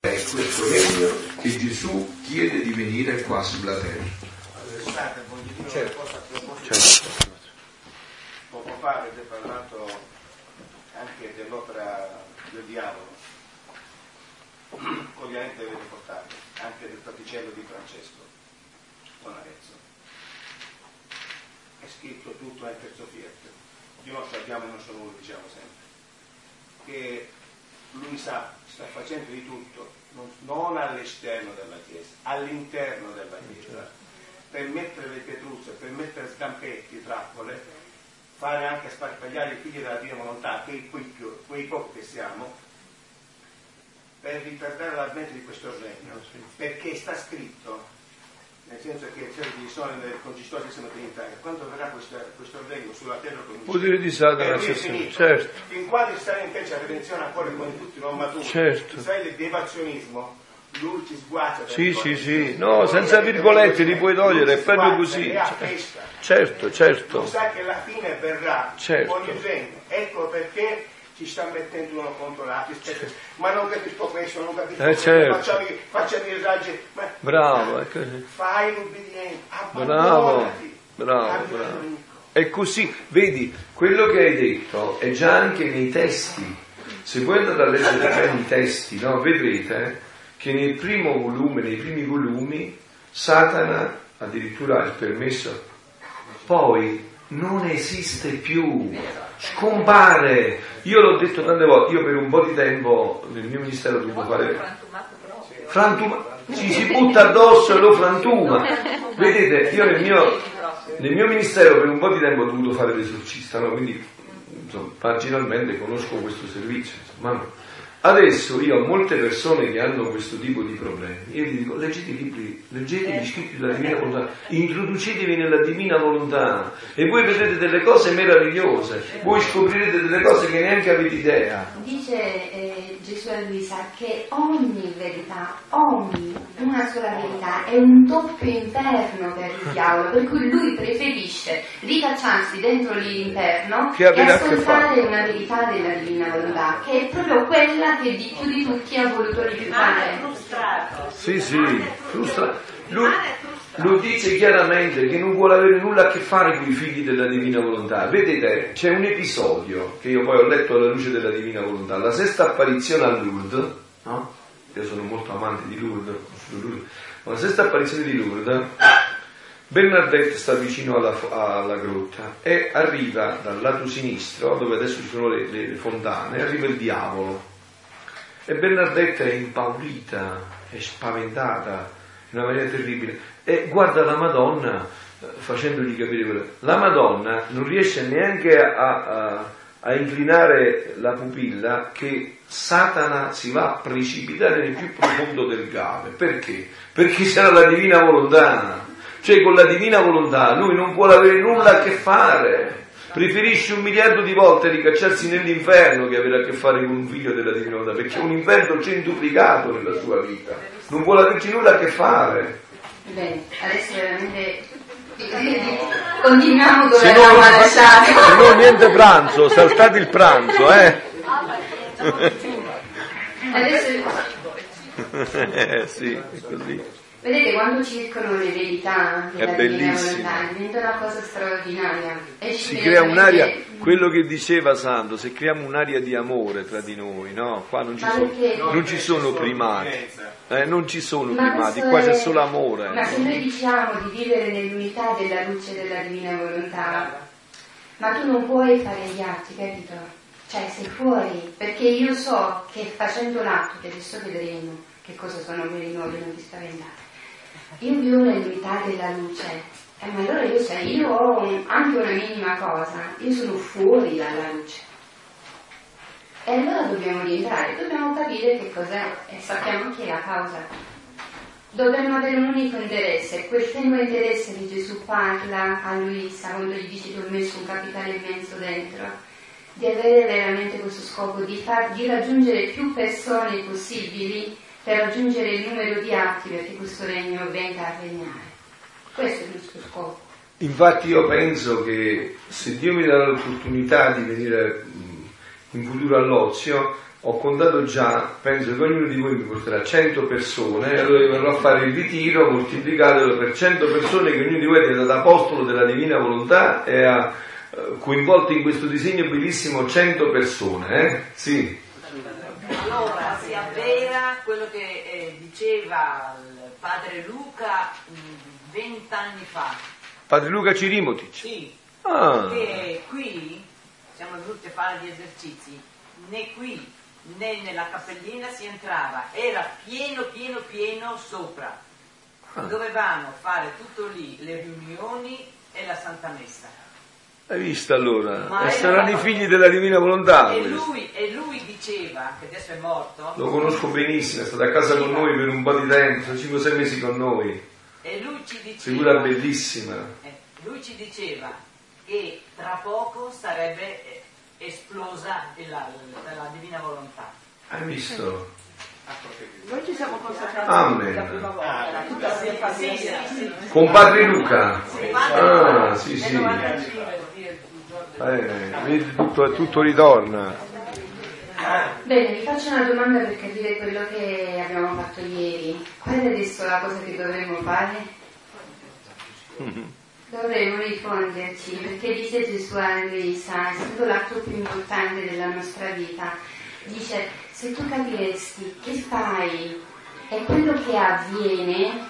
È questo regno che Gesù chiede di venire qua sulla terra. Scusate, voglio dire una cosa a proposito. Certo. Poco fa avete parlato anche dell'opera del diavolo. Ovviamente avete portato anche del fraticello di Francesco Don Arezzo. È scritto tutto nel terzo Fiat. Di nostro abbiamo il nostro nome, diciamo sempre. Che lui sta facendo di tutto, non all'esterno della Chiesa, all'interno della Chiesa, per mettere le pietruzze, per mettere scampetti, trappole, fare anche sparpagliare i figli della Divina Volontà, che quei pochi che siamo, per ritardare l'avvento di questo regno, perché sta scritto, nel senso che sono nel concistore della Trinitaria, quando verrà questo regno sulla terra con il potere di Satana, certo. Fin quando Israele invece la redenzione ancora con tutti non maturi, certo. Israele il devazionismo, lui ci sguazza. Sì, no, senza virgolette li puoi togliere, è proprio così. Certo. Tu sai che alla fine verrà certo. con il regno, ecco perché ci sta mettendo uno contro l'altro, ma non capisco questo, non capisco questo, certo. facciami i raggi, bravo, è così. Fai l'ubbidiente, abbandonati. Bravo. È così, vedi, quello che hai detto è già anche nei testi. Se voi andate a leggere bene i testi, no, vedrete che nei primi volumi, Satana addirittura ha il permesso, poi non esiste più, scompare. Io l'ho detto tante volte, io per un po' di tempo nel mio ministero ho dovuto fare ci si butta addosso e lo frantuma. Vedete, io nel mio ministero per un po' di tempo ho dovuto fare l'esorcista, no? Quindi insomma, marginalmente conosco questo servizio, insomma, no. Adesso io ho molte persone che hanno questo tipo di problemi, io gli dico: leggete i libri, leggete gli scritti della Divina Volontà, introducetevi nella Divina Volontà e voi vedrete delle cose meravigliose, voi scoprirete delle cose che neanche avete idea. Dice Gesù a Luisa che ogni verità, una sola verità è un doppio inferno per il diavolo, per cui lui preferisce ricacciarsi dentro l'interno e ascoltare una verità della Divina Volontà, che è proprio quella che di più di tutti ha voluto rifiutare. Sì, frustrato. Lui dice chiaramente che non vuole avere nulla a che fare con i figli della Divina Volontà. Vedete, c'è un episodio che io poi ho letto alla luce della Divina Volontà, la sesta apparizione a Lourdes, no? Io sono molto amante di Lourdes, ma la sesta apparizione di Lourdes, Bernadette sta vicino alla grotta e arriva dal lato sinistro, dove adesso ci sono le fontane, arriva il diavolo. E Bernadette è impaurita, è spaventata in una maniera terribile e guarda la Madonna facendogli capire quello. La Madonna non riesce neanche a inclinare la pupilla che Satana si va a precipitare nel più profondo del Gave. Perché? Perché c'era la Divina Volontà. Cioè con la Divina Volontà lui non vuole avere nulla a che fare. Preferisce 1 miliardo di volte ricacciarsi nell'inferno che avere a che fare con un figlio della Divina Volontà, perché è un inferno centuplicato nella sua vita, non vuole averci nulla a che fare. Bene, adesso veramente continuiamo dove eravamo lasciati. Se no niente pranzo, saltate il pranzo, Adesso sì, è così. Vedete, quando circolano le verità della Divina Volontà diventa una cosa straordinaria. Si crea un'aria, quello che diceva Sandro, se creiamo un'aria di amore tra di noi, no? Qua non ci sono primati, non ci sono primati, qua c'è solo amore. Ma se noi diciamo di vivere nell'unità della luce della Divina Volontà, ma tu non puoi fare gli atti, capito? Cioè sei fuori, perché io so che facendo l'atto, che adesso vedremo che cosa sono quelli nuovi, non vi spaventate. Io vivo nell'unità della luce, ma allora io ho anche una minima cosa, io sono fuori dalla luce. E allora dobbiamo rientrare, dobbiamo capire che cos'è e sappiamo anche la causa. Dobbiamo avere un unico interesse, quel tenue interesse che Gesù parla a Luisa quando gli dice che ho messo un capitale immenso dentro, di avere veramente questo scopo, di raggiungere più persone possibili per raggiungere il numero di atti perché questo regno venga a regnare. Questo è il nostro scopo. Infatti io penso che se Dio mi dà l'opportunità di venire in futuro all'Ozio, ho contato già, penso che ognuno di voi mi porterà 100 persone, e allora io verrò a fare il ritiro, moltiplicatelo per 100 persone che ognuno di voi è diventato apostolo della divina volontà e ha coinvolto in questo disegno bellissimo 100 persone, Sì. Allora si avvera quello che diceva il padre Luca 20 anni fa. Padre Luca Cirimotic. Sì, Ah. che qui siamo venuti a fare gli esercizi, né qui né nella cappellina si entrava, era pieno sopra. Dovevamo fare tutto lì, le riunioni e la Santa Messa. Hai visto allora? Ma E saranno i figli della divina volontà. E lui diceva, che adesso è morto. Lo conosco benissimo, è stato a casa con noi per un po' di tempo, 5-6 mesi con noi. E lui ci diceva, Figura bellissima. Lui ci diceva che tra poco sarebbe esplosa la divina volontà. Hai visto? Noi ci siamo consacrati Amen. la prima volta, tutta la Sì. Con Padre Luca? Sì. Vedi, tutto ritorna. Bene, vi faccio una domanda per capire quello che abbiamo fatto ieri. Qual è adesso la cosa che dovremmo fare? Dovremmo rifonderci, perché dice Gesù a Luisa, è stato l'atto più importante della nostra vita. Dice, se tu capiresti che fai e quello che avviene,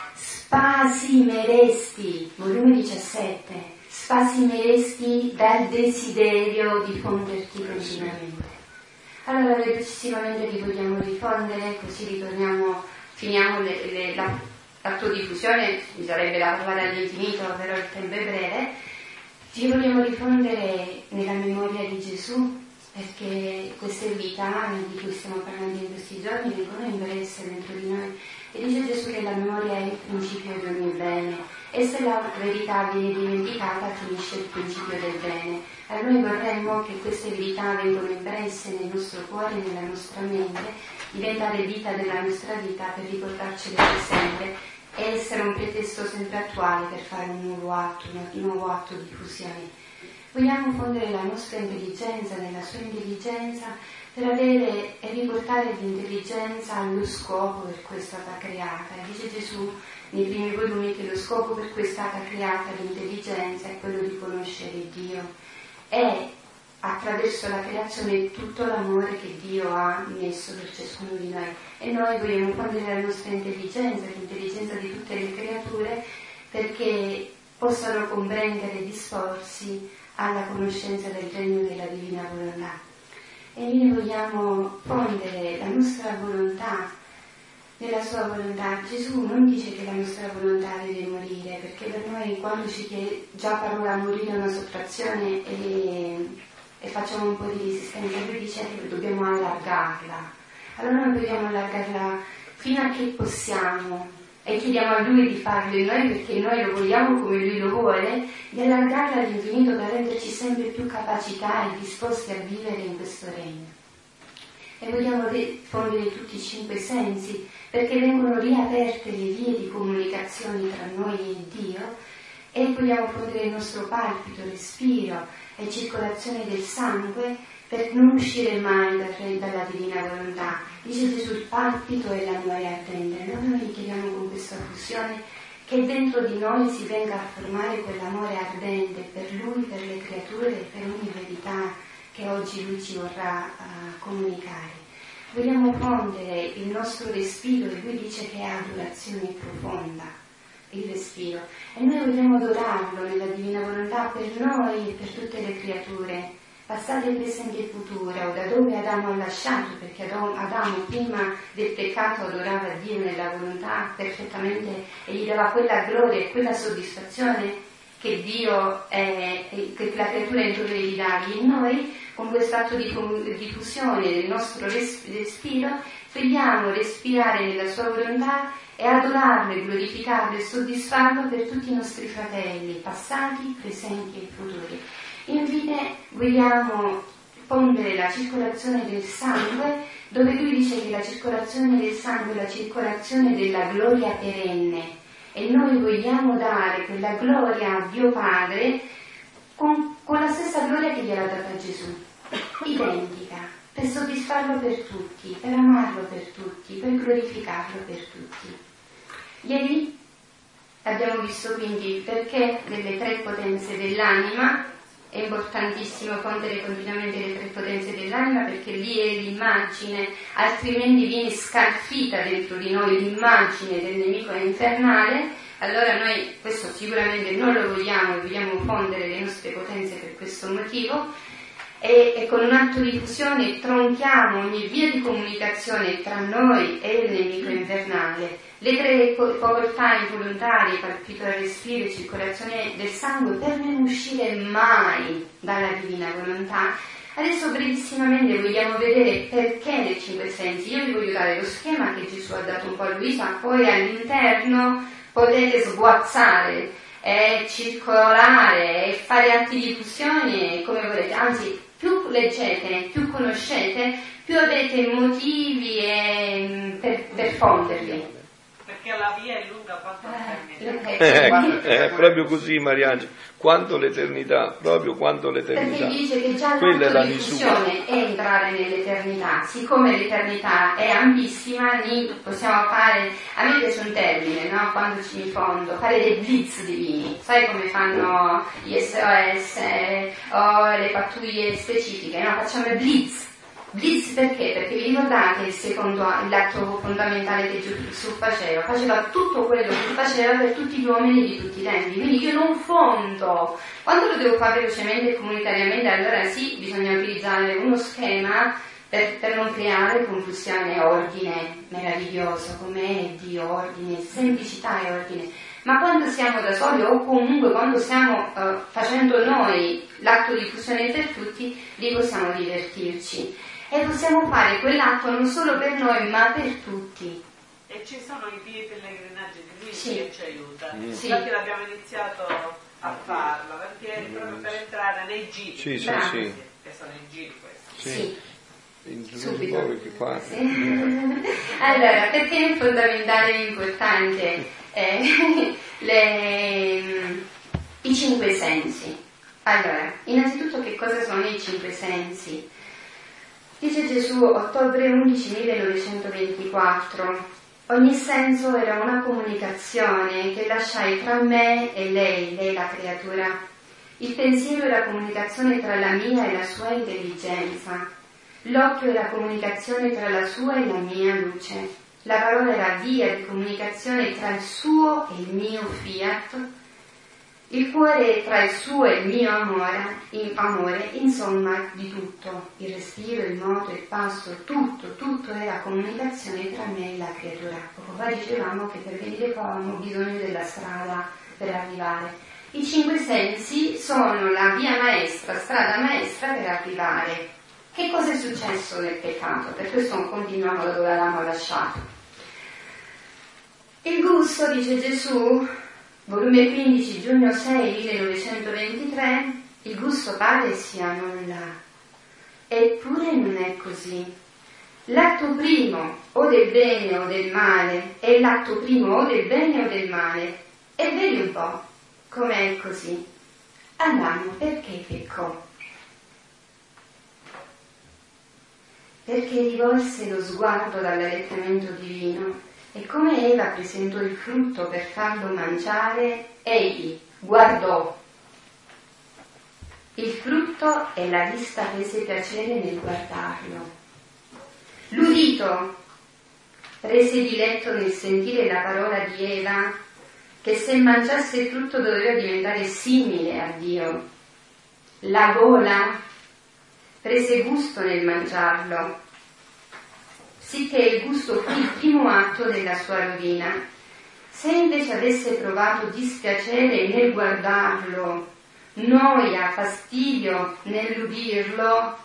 spasimeresti, volume 17, spasimeresti dal desiderio di fonderti continuamente. Allora velocissimamente li vogliamo rifondere, così ritorniamo, finiamo l'atto di fusione, mi sarebbe da parlare all'infinito, però il tempo è breve. Ci vogliamo rifondere nella memoria di Gesù, perché queste vita di cui stiamo parlando in questi giorni vengono impresse dentro di noi. E dice Gesù che la memoria è il principio di ogni bene, e se la verità viene dimenticata finisce il principio del bene. Allora noi vorremmo che queste verità vengano impresse nel nostro cuore, nella nostra mente, diventare vita della nostra vita per ricordarcele per sempre e essere un pretesto sempre attuale per fare un nuovo atto di fusione. Vogliamo fondere la nostra intelligenza nella sua intelligenza per avere e riportare l'intelligenza allo scopo per cui è stata creata. E dice Gesù nei primi volumi che lo scopo per cui è stata creata l'intelligenza è quello di conoscere Dio. E attraverso la creazione tutto l'amore che Dio ha messo per ciascuno di noi. E noi vogliamo fondere la nostra intelligenza, l'intelligenza di tutte le creature, perché possano comprendere e disporsi alla conoscenza del regno della divina volontà. E noi vogliamo fondere la nostra volontà nella sua volontà. Gesù non dice che la nostra volontà deve morire, perché per noi quando ci chiede, già parola morire è una sottrazione e facciamo un po' di resistenza, lui dice che dobbiamo allargarla. Allora noi dobbiamo allargarla fino a che possiamo e chiediamo a lui di farlo in noi, perché noi lo vogliamo come lui lo vuole, di allargarla all'infinito per renderci sempre più capacità e disposti a vivere in questo regno. E vogliamo fondere tutti i 5 sensi, perché vengono riaperte le vie di comunicazione tra noi e Dio, e vogliamo fondere il nostro palpito, respiro e circolazione del sangue per non uscire mai dalla divina volontà. Dice Gesù, il palpito è l'amore ardente. Allora noi chiediamo con questa fusione che dentro di noi si venga a formare quell'amore ardente per Lui, per le creature e per ogni verità che oggi Lui ci vorrà comunicare. Vogliamo fondere il nostro respiro, e Lui dice che è adorazione profonda, il respiro. E noi vogliamo adorarlo nella divina volontà per noi e per tutte le creature, passate, presenti e future, o da dove Adamo ha lasciato, perché Adamo prima del peccato adorava Dio nella volontà perfettamente e gli dava quella gloria e quella soddisfazione che Dio che la creatura è in dovere di dargli. E noi, con questo atto di fusione del nostro respiro, vogliamo respirare nella sua volontà e adorarlo e glorificarlo e soddisfarlo per tutti i nostri fratelli, passati, presenti e futuri. Infine vogliamo fondere la circolazione del sangue, dove lui dice che la circolazione del sangue è la circolazione della gloria perenne, e noi vogliamo dare quella gloria a Dio Padre con la stessa gloria che gliel'ha data Gesù, identica, per soddisfarlo per tutti, per amarlo per tutti, per glorificarlo per tutti. Ieri abbiamo visto quindi perché delle tre potenze dell'anima. È importantissimo fondere continuamente le tre potenze dell'anima, perché lì è l'immagine, altrimenti viene scalfita dentro di noi l'immagine del nemico infernale. Allora noi questo sicuramente non lo vogliamo fondere le nostre potenze per questo motivo, e con un atto di fusione tronchiamo ogni via di comunicazione tra noi e il nemico infernale. Le tre facoltà involontarie, palpito del respiro e circolazione del sangue, per non uscire mai dalla divina volontà. Adesso brevissimamente vogliamo vedere perché le cinque sensi. Io vi voglio dare lo schema che Gesù ha dato un po' a Luisa, poi all'interno potete sguazzare, circolare e fare atti di fusione come volete, anzi più leggete, più conoscete, più avete motivi per fonderli. Perché la via è lunga quanto l'eternità. È proprio così, Mariangela, quanto l'eternità, proprio quanto l'eternità. Perché dice che già quella l'atto di fusione è entrare nell'eternità. Siccome l'eternità è ampissima, possiamo fare, a me piace un termine, no? Quando ci infondo, fare dei blitz divini. Sai come fanno gli SOS o le pattuglie specifiche, no? Facciamo il blitz. Blitz perché? Perché vi ricordate l'atto fondamentale che Gesù faceva tutto quello che faceva per tutti gli uomini di tutti i tempi, quindi io non fondo. Quando lo devo fare velocemente e comunitariamente, allora sì, bisogna utilizzare uno schema per non creare confusione e ordine meraviglioso, come Dio, ordine, semplicità e ordine. Ma quando siamo da soli o comunque quando stiamo facendo noi l'atto di fusione per tutti, lì possiamo divertirci. E possiamo fare quell'atto non solo per noi, ma per tutti. E ci sono i vie pellegrinaggio di Luisa Sì. che ci aiuta. Sì. Infatti l'abbiamo iniziato a farlo, perché proprio per entrare nei giri. Sì, sì, Bravo. sì. Che sono i giri questi. Sì. Subito. Qua. Sì. Allora, perché è fondamentale e importante i cinque sensi? Allora, innanzitutto che cosa sono i cinque sensi? Dice Gesù, ottobre 11 1924, ogni senso era una comunicazione che lasciai tra me e lei la creatura. Il pensiero era comunicazione tra la mia e la sua intelligenza. L'occhio era comunicazione tra la sua e la mia luce. La parola era via di comunicazione tra il suo e il mio fiat. Il cuore tra il suo e il mio amore, insomma di tutto, il respiro, il moto, il passo, tutto era comunicazione tra me e la creatura. Poco fa dicevamo che per venire qua abbiamo bisogno della strada per arrivare. I cinque sensi sono la via maestra, strada maestra per arrivare. Che cosa è successo nel peccato? Per questo non continuiamo da dove avevamo lasciato. Il gusto, dice Gesù, volume 15, giugno 6, 1923, il gusto pare sia nulla. Eppure non è così. L'atto primo o del bene o del male è l'atto primo o del bene o del male. E vedi un po' com'è così. Adamo perché peccò? Perché rivolse lo sguardo dall'allettamento divino. E come Eva presentò il frutto per farlo mangiare, egli guardò. Il frutto e la vista prese piacere nel guardarlo. L'udito prese diletto nel sentire la parola di Eva, che se mangiasse il frutto doveva diventare simile a Dio. La gola prese gusto nel mangiarlo, sicché il gusto fu il primo atto della sua rovina. Se invece avesse provato dispiacere nel guardarlo, noia, fastidio nell'udirlo,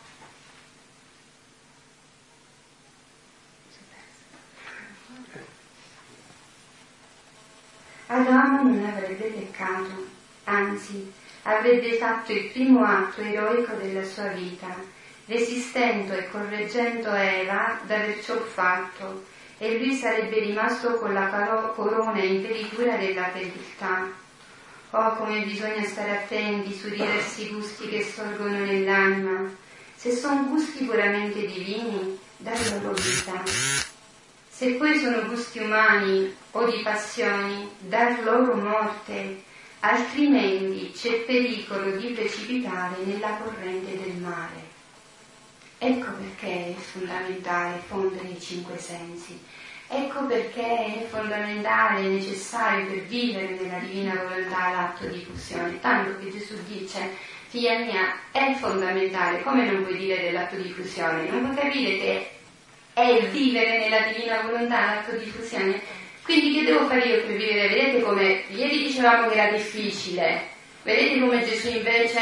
Adamo non avrebbe peccato, anzi avrebbe fatto il primo atto eroico della sua vita, resistendo e correggendo Eva d'aver ciò fatto, e lui sarebbe rimasto con la corona imperitura della fedeltà. Oh, come bisogna stare attenti su diversi gusti che sorgono nell'anima. Se sono gusti puramente divini, dar loro vita. Se poi sono gusti umani o di passioni, dar loro morte, altrimenti c'è pericolo di precipitare nella corrente del mare. Ecco perché è fondamentale fondere i 5 sensi. Ecco perché è fondamentale e necessario per vivere nella divina volontà l'atto di fusione. Tanto che Gesù dice: figlia mia, è fondamentale. Come non puoi dire dell'atto di fusione? Non puoi capire che è vivere nella divina volontà l'atto di fusione? Quindi che devo fare io per vivere? Vedete come ieri dicevamo che era difficile, vedete come Gesù invece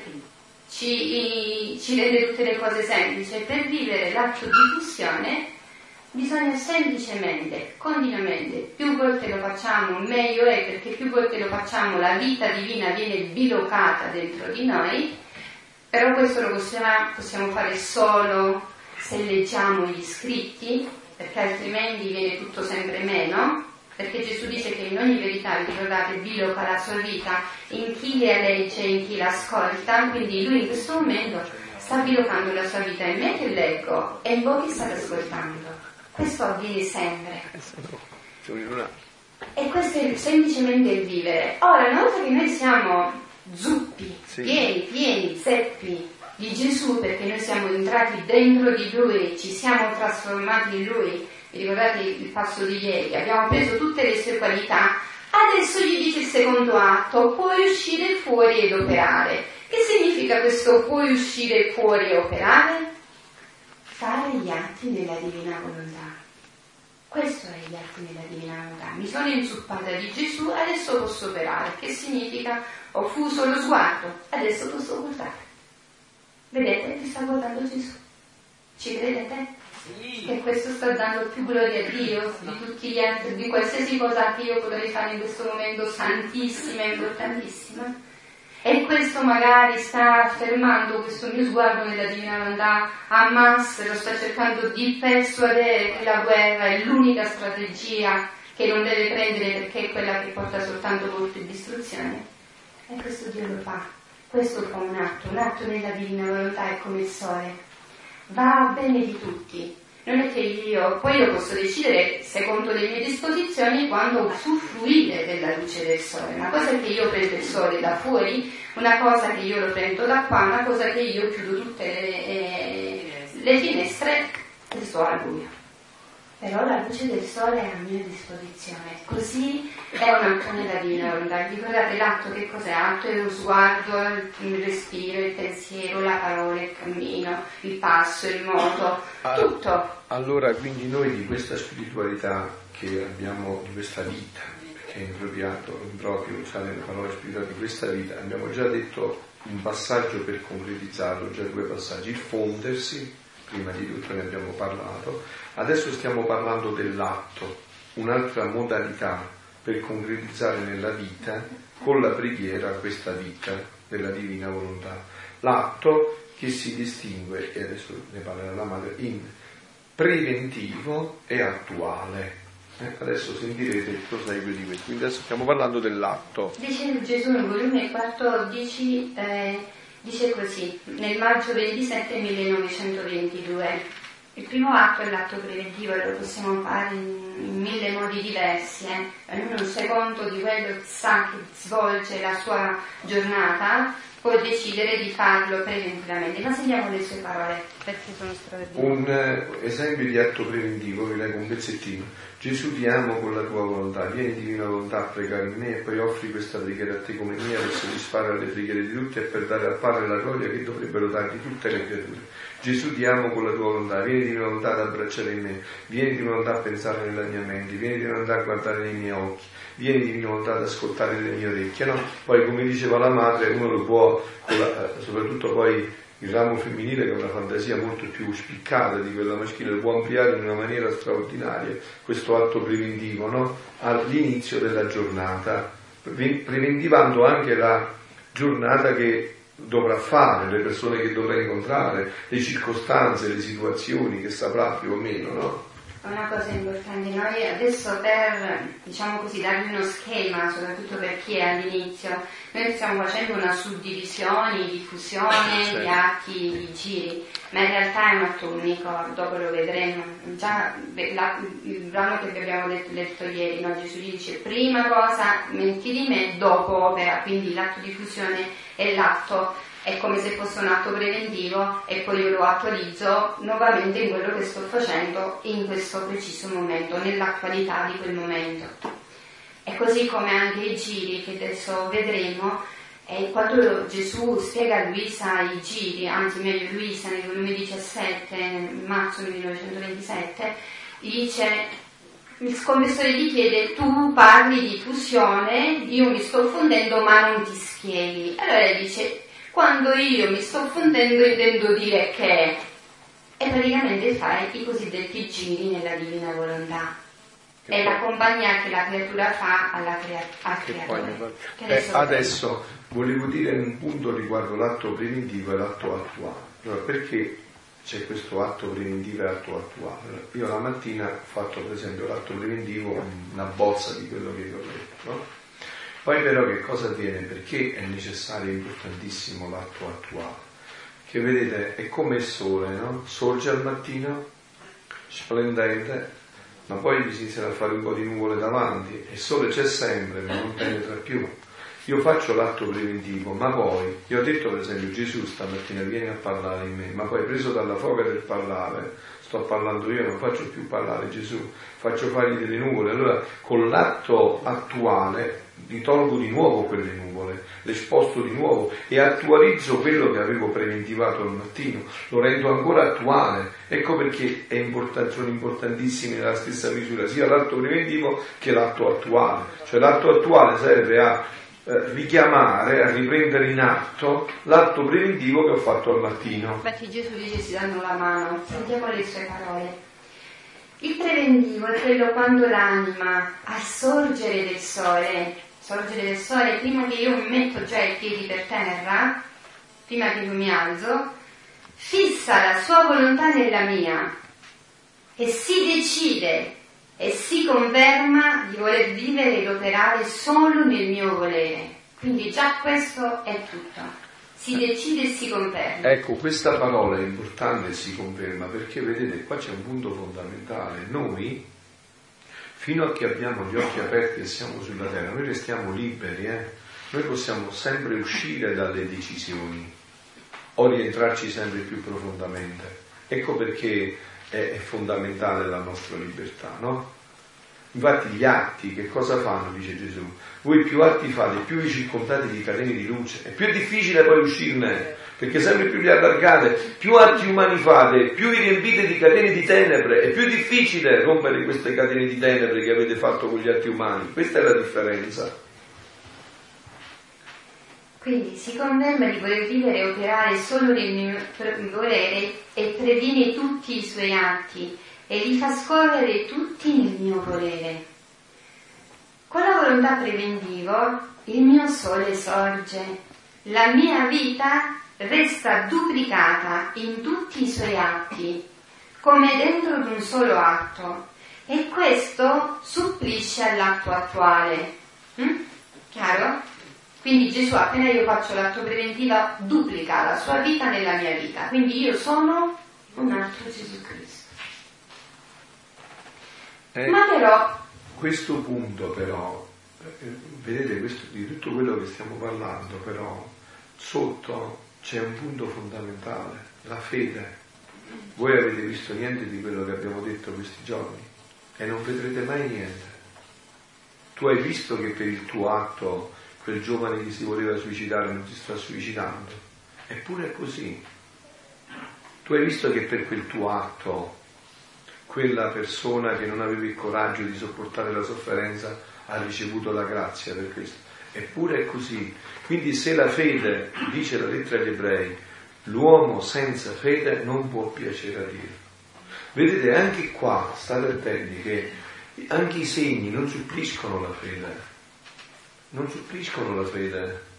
ci rende tutte le cose semplici. Per vivere l'atto di fusione bisogna semplicemente, continuamente, più volte lo facciamo meglio è, perché più volte lo facciamo la vita divina viene bilocata dentro di noi. Però questo lo possiamo fare solo se leggiamo gli scritti, perché altrimenti viene tutto sempre meno, perché Gesù dice che in ogni verità, vi ricordate, biloca la sua vita in chi la legge e in chi l'ascolta. Quindi lui in questo momento sta bilocando la sua vita in me che leggo e in voi che state ascoltando. Questo avviene sempre. E questo è semplicemente il vivere. Ora, una volta che noi siamo zuppi, pieni, zeppi di Gesù, perché noi siamo entrati dentro di Lui, ci siamo trasformati in Lui, vi ricordate il passo di ieri, abbiamo preso tutte le sue qualità, adesso gli dice il secondo atto: puoi uscire fuori ed operare. Che significa questo puoi uscire fuori e operare? Fare gli atti nella divina volontà. Questo è gli atti nella divina volontà. Mi sono inzuppata di Gesù, adesso posso operare. Che significa? Ho fuso lo sguardo, adesso posso guardare. Vedete? Ti sta guardando Gesù. Ci credete? Sì. Che questo sta dando più gloria a Dio di tutti gli altri, di qualsiasi cosa che io potrei fare in questo momento santissima e importantissima. E questo magari sta affermando questo mio sguardo nella divina volontà. Hamas lo sta cercando di persuadere che la guerra è l'unica strategia che non deve prendere, perché è quella che porta soltanto morte e distruzione. E questo Dio lo fa. Questo fa un atto nella divina volontà è come il sole. Va a bene di tutti. Non è che io poi lo posso decidere secondo le mie disposizioni quando usufruire della luce del sole. Una cosa è che io prendo il sole da fuori, una cosa che io lo prendo da qua, una cosa che io chiudo tutte le finestre e sto al buio. Però la luce del sole è a mia disposizione, così è un atto nella divina volontà. Ricordate l'atto che cos'è? Atto è lo sguardo, il respiro, il pensiero, la parola, il cammino, il passo, il moto, tutto. Allora, quindi noi di questa spiritualità che abbiamo, di questa vita, perché è improprio usare le parole spirituali, di questa vita, abbiamo già detto un passaggio per concretizzarlo, già 2 passaggi: il fondersi. Prima di tutto ne abbiamo parlato, adesso stiamo parlando dell'atto, un'altra modalità per concretizzare nella vita con la preghiera questa vita della divina volontà. L'atto che si distingue, e adesso ne parlerà la madre, in preventivo e attuale. Adesso sentirete il proseguo di questo. Quindi adesso stiamo parlando dell'atto. Dice Gesù nel volume 14, dice così, nel maggio 27 1922, il primo atto è l'atto preventivo, lo possiamo fare in 1000 modi diversi, ognuno un secondo di quello sa che svolge la sua giornata, può decidere di farlo preventivamente. Ma sentiamo le sue parole, perché sono straordinarie. Un esempio di atto preventivo, vi leggo un pezzettino. Gesù, ti amo con la tua volontà, vieni divina volontà a pregare in me e poi offri questa preghiera a te come mia per soddisfare le preghiere di tutti e per dare al Padre la gloria che dovrebbero dargli tutte le creature. Gesù, ti amo con la tua volontà, vieni divina volontà ad abbracciare in me, vieni divina volontà a pensare nella mia mente, vieni divina volontà a guardare nei miei occhi, vieni divina volontà ad ascoltare nelle mie orecchie, no? Poi, come diceva la madre, uno lo può, soprattutto poi il ramo femminile, che è una fantasia molto più spiccata di quella maschile, lo può ampliare in una maniera straordinaria questo atto preventivo, no? All'inizio della giornata, preventivando anche la giornata che dovrà fare, le persone che dovrà incontrare, le circostanze, le situazioni che saprà più o meno, no? una cosa importante, noi adesso per, diciamo così, darvi uno schema, soprattutto per chi è all'inizio, noi stiamo facendo una suddivisione, diffusione di atti, di giri, ma in realtà è un atto unico, dopo lo vedremo. Già il brano che vi abbiamo detto ieri, no? Gesù dice prima cosa metti di me, dopo opera, quindi l'atto di fusione è l'atto, è come se fosse un atto preventivo e poi io lo attualizzo nuovamente in quello che sto facendo in questo preciso momento, nell'attualità di quel momento. E così come anche i giri che adesso vedremo, quando Gesù spiega a Luisa i giri, anzi meglio Luisa nel volume 17, marzo 1927, gli dice, il confessore gli chiede, tu parli di fusione, io mi sto fondendo ma non ti spieghi. Allora dice, quando io mi sto fondendo intendo dire che, e praticamente fai i cosiddetti giri nella divina volontà. È la compagnia che la creatura fa al creatore. Adesso volevo dire un punto riguardo l'atto preventivo e l'atto attuale. Allora, perché c'è questo atto preventivo e atto attuale? Io la mattina ho fatto per esempio l'atto preventivo, una bozza di quello che vi ho detto, no? Poi però che cosa avviene? Perché è necessario e importantissimo l'atto attuale? Che vedete, è come il sole, no? Sorge al mattino, splendente, ma poi si inizia a fare un po' di nuvole davanti, e il sole c'è sempre, ma non penetra più. Io faccio l'atto preventivo, ma poi, io ho detto per esempio Gesù stamattina vieni a parlare in me, ma poi preso dalla foga del parlare, sto parlando io, non faccio più parlare Gesù, faccio fare delle nuvole. Allora con l'atto attuale li tolgo di nuovo quelle nuvole, le sposto di nuovo e attualizzo quello che avevo preventivato al mattino, lo rendo ancora attuale. Ecco perché sono importantissimi nella stessa misura sia l'atto preventivo che l'atto attuale. Cioè l'atto attuale serve a richiamare, a riprendere in atto l'atto preventivo che ho fatto al mattino. Infatti Gesù dice si danno la mano, sentiamo le sue parole. Il preventivo è quello quando l'anima al sorgere del sole, prima che io mi metto già i piedi per terra, prima che io mi alzo, fissa la sua volontà nella mia e si decide e si conferma di voler vivere ed operare solo nel mio volere. Quindi già questo è tutto. Si decide e si conferma. Ecco, questa parola è importante, si conferma, perché vedete, qua c'è un punto fondamentale. Noi, fino a che abbiamo gli occhi aperti e siamo sulla terra, noi restiamo liberi, Noi possiamo sempre uscire dalle decisioni o rientrarci sempre più profondamente. Ecco perché è fondamentale la nostra libertà, no? Infatti gli atti che cosa fanno, dice Gesù? Voi più atti fate, più vi circondate di catene di luce, è più difficile poi uscirne, perché sempre più li allargate, più atti umani fate, più vi riempite di catene di tenebre, è più difficile rompere queste catene di tenebre che avete fatto con gli atti umani. Questa è la differenza. Quindi si conferma di voler vivere e operare solo nel mio volere e previene tutti i suoi atti e li fa scorrere tutti nel mio volere. Con la volontà preventiva il mio sole sorge, la mia vita resta duplicata in tutti i suoi atti, come dentro di un solo atto, e questo supplisce all'atto attuale. Chiaro? Quindi Gesù, appena io faccio l'atto preventivo, duplica la sua vita nella mia vita. Quindi io sono un altro Gesù Cristo. Ma però... Questo punto però, vedete, di tutto quello che stiamo parlando, però, sotto c'è un punto fondamentale, la fede. Voi avete visto niente di quello che abbiamo detto questi giorni e non vedrete mai niente. Tu hai visto che per il tuo atto quel giovane che si voleva suicidare non si sta suicidando, eppure è così. Tu hai visto che per quel tuo atto quella persona che non aveva il coraggio di sopportare la sofferenza ha ricevuto la grazia per questo, eppure è così. Quindi se la fede, dice la lettera agli Ebrei, l'uomo senza fede non può piacere a Dio. Vedete, anche qua state attenti che anche i segni non suppliscono la fede. Non suppliscono la fede.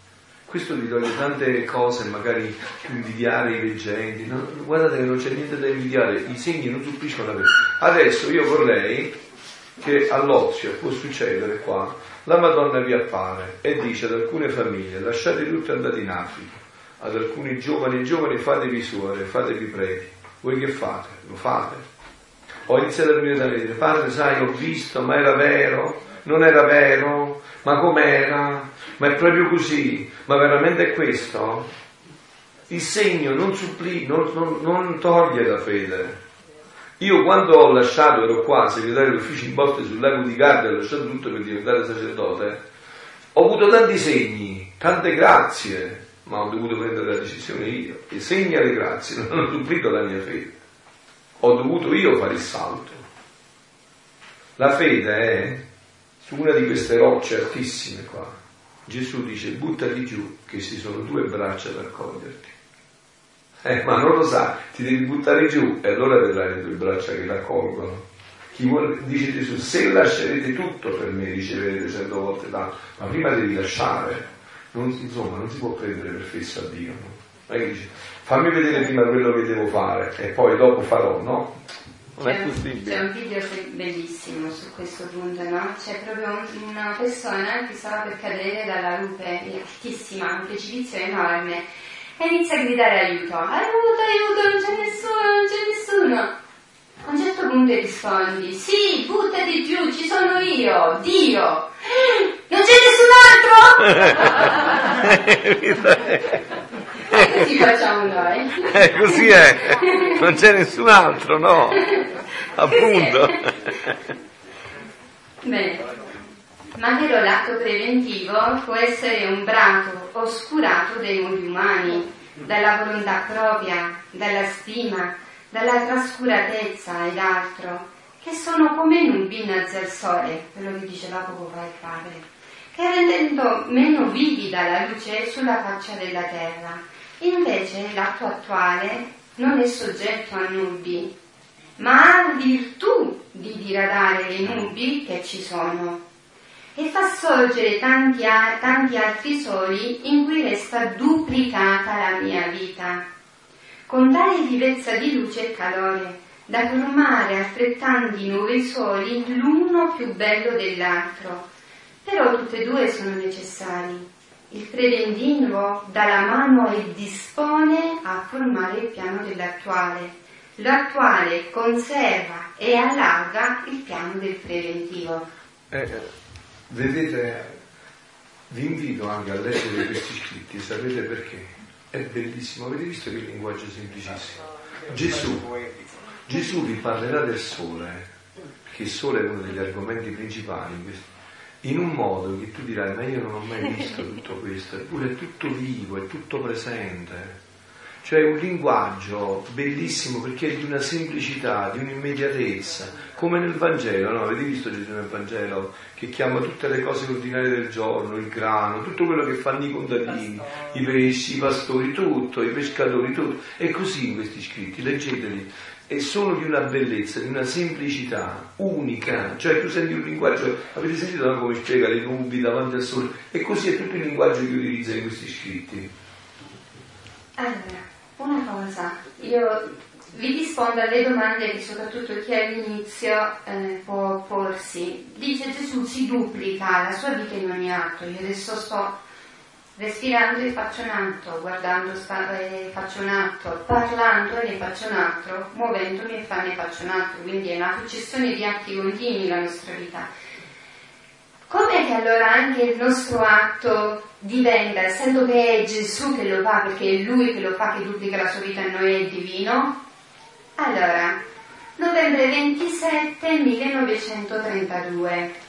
Questo vi toglie tante cose, magari invidiare i veggenti. No? Guardate che non c'è niente da invidiare, i segni non suppliscono la verità. Adesso io vorrei che all'Ozio, può succedere qua, la Madonna vi appare e dice ad alcune famiglie: lasciate tutto e andate in Africa. Ad alcuni giovani fatevi suore, fatevi preti. Voi che fate? Lo fate? Ho iniziato a venire da me e dire: padre, sai, ho visto, ma era vero? Non era vero? Ma com'era? Ma è proprio così? Ma veramente è questo? Il segno non toglie la fede. Io quando ho lasciato, ero qua, segretario d'ufficio in Botte sul lago di Garda, ho lasciato tutto per diventare sacerdote, ho avuto tanti segni, tante grazie, ma ho dovuto prendere la decisione io. I segni alle grazie non hanno supplito la mia fede. Ho dovuto io fare il salto. La fede è su una di queste rocce altissime qua. Gesù dice: buttati giù, che ci sono 2 braccia per coglierti. Ma non lo sa, ti devi buttare giù e allora vedrai le 2 braccia che raccolgono. Dice Gesù: se lascerete tutto per me, riceverete 100 volte tanto. Ma prima devi lasciare. Non si può prendere per fesso a Dio. No? Dice: fammi vedere prima quello che devo fare e poi dopo farò, no? Non è possibile. C'è un video bellissimo su questo punto, no? C'è proprio una persona che stava per cadere dalla rupe altissima, un precipizio enorme, e inizia a gridare aiuto, non c'è nessuno. A un certo punto rispondi: sì, buttati giù, ci sono io, Dio. Non c'è nessun altro? Così facciamo noi. Così è, non c'è nessun altro, no? Appunto. Bene, ma però l'atto preventivo può essere ombrato, oscurato dai modi umani, dalla volontà propria, dalla stima, dalla trascuratezza ed altro, che sono come nubi innanzi al sole, quello che diceva poco fa il padre, che rendendo meno vivida la luce sulla faccia della terra. Invece l'atto attuale non è soggetto a nubi, ma ha virtù di diradare le nubi che ci sono e fa sorgere tanti altri soli in cui resta duplicata la mia vita, con tale vivezza di luce e calore da formare altrettanti nuovi soli, l'uno più bello dell'altro. Però tutte e 2 sono necessari. Il preventivo dà la mano e dispone a formare il piano dell'attuale. L'attuale conserva e allarga il piano del preventivo. Vedete, vi invito anche a leggere questi scritti, sapete perché? È bellissimo, avete visto che linguaggio semplicissimo? Gesù vi parlerà del sole, perché il sole è uno degli argomenti principali in questo. In un modo che tu dirai: ma io non ho mai visto tutto questo, eppure è tutto vivo, è tutto presente. Cioè un linguaggio bellissimo perché è di una semplicità, di un'immediatezza, come nel Vangelo, no? Avete visto Gesù nel Vangelo che chiama tutte le cose ordinarie del giorno, il grano, tutto quello che fanno i contadini, i pesci, i pastori, tutto, i pescatori, tutto. È così in questi scritti, leggeteli. E sono di una bellezza, di una semplicità unica, cioè tu senti un linguaggio, avete sentito come spiega le nubi davanti al sole, e così è tutto il linguaggio che utilizza in questi scritti. Allora, una cosa, io vi rispondo alle domande che soprattutto chi all'inizio può porsi. Dice Gesù si duplica la sua vita in ogni atto. Io adesso sto respirando e faccio un atto, guardando e faccio un atto, parlando e ne faccio un altro, muovendomi e ne faccio un altro, quindi è una successione di atti continui la nostra vita. Com'è che allora anche il nostro atto diventa, essendo che è Gesù che lo fa, perché è Lui che lo fa, che duplica la sua vita in noi, è divino? Allora, novembre 27 1932.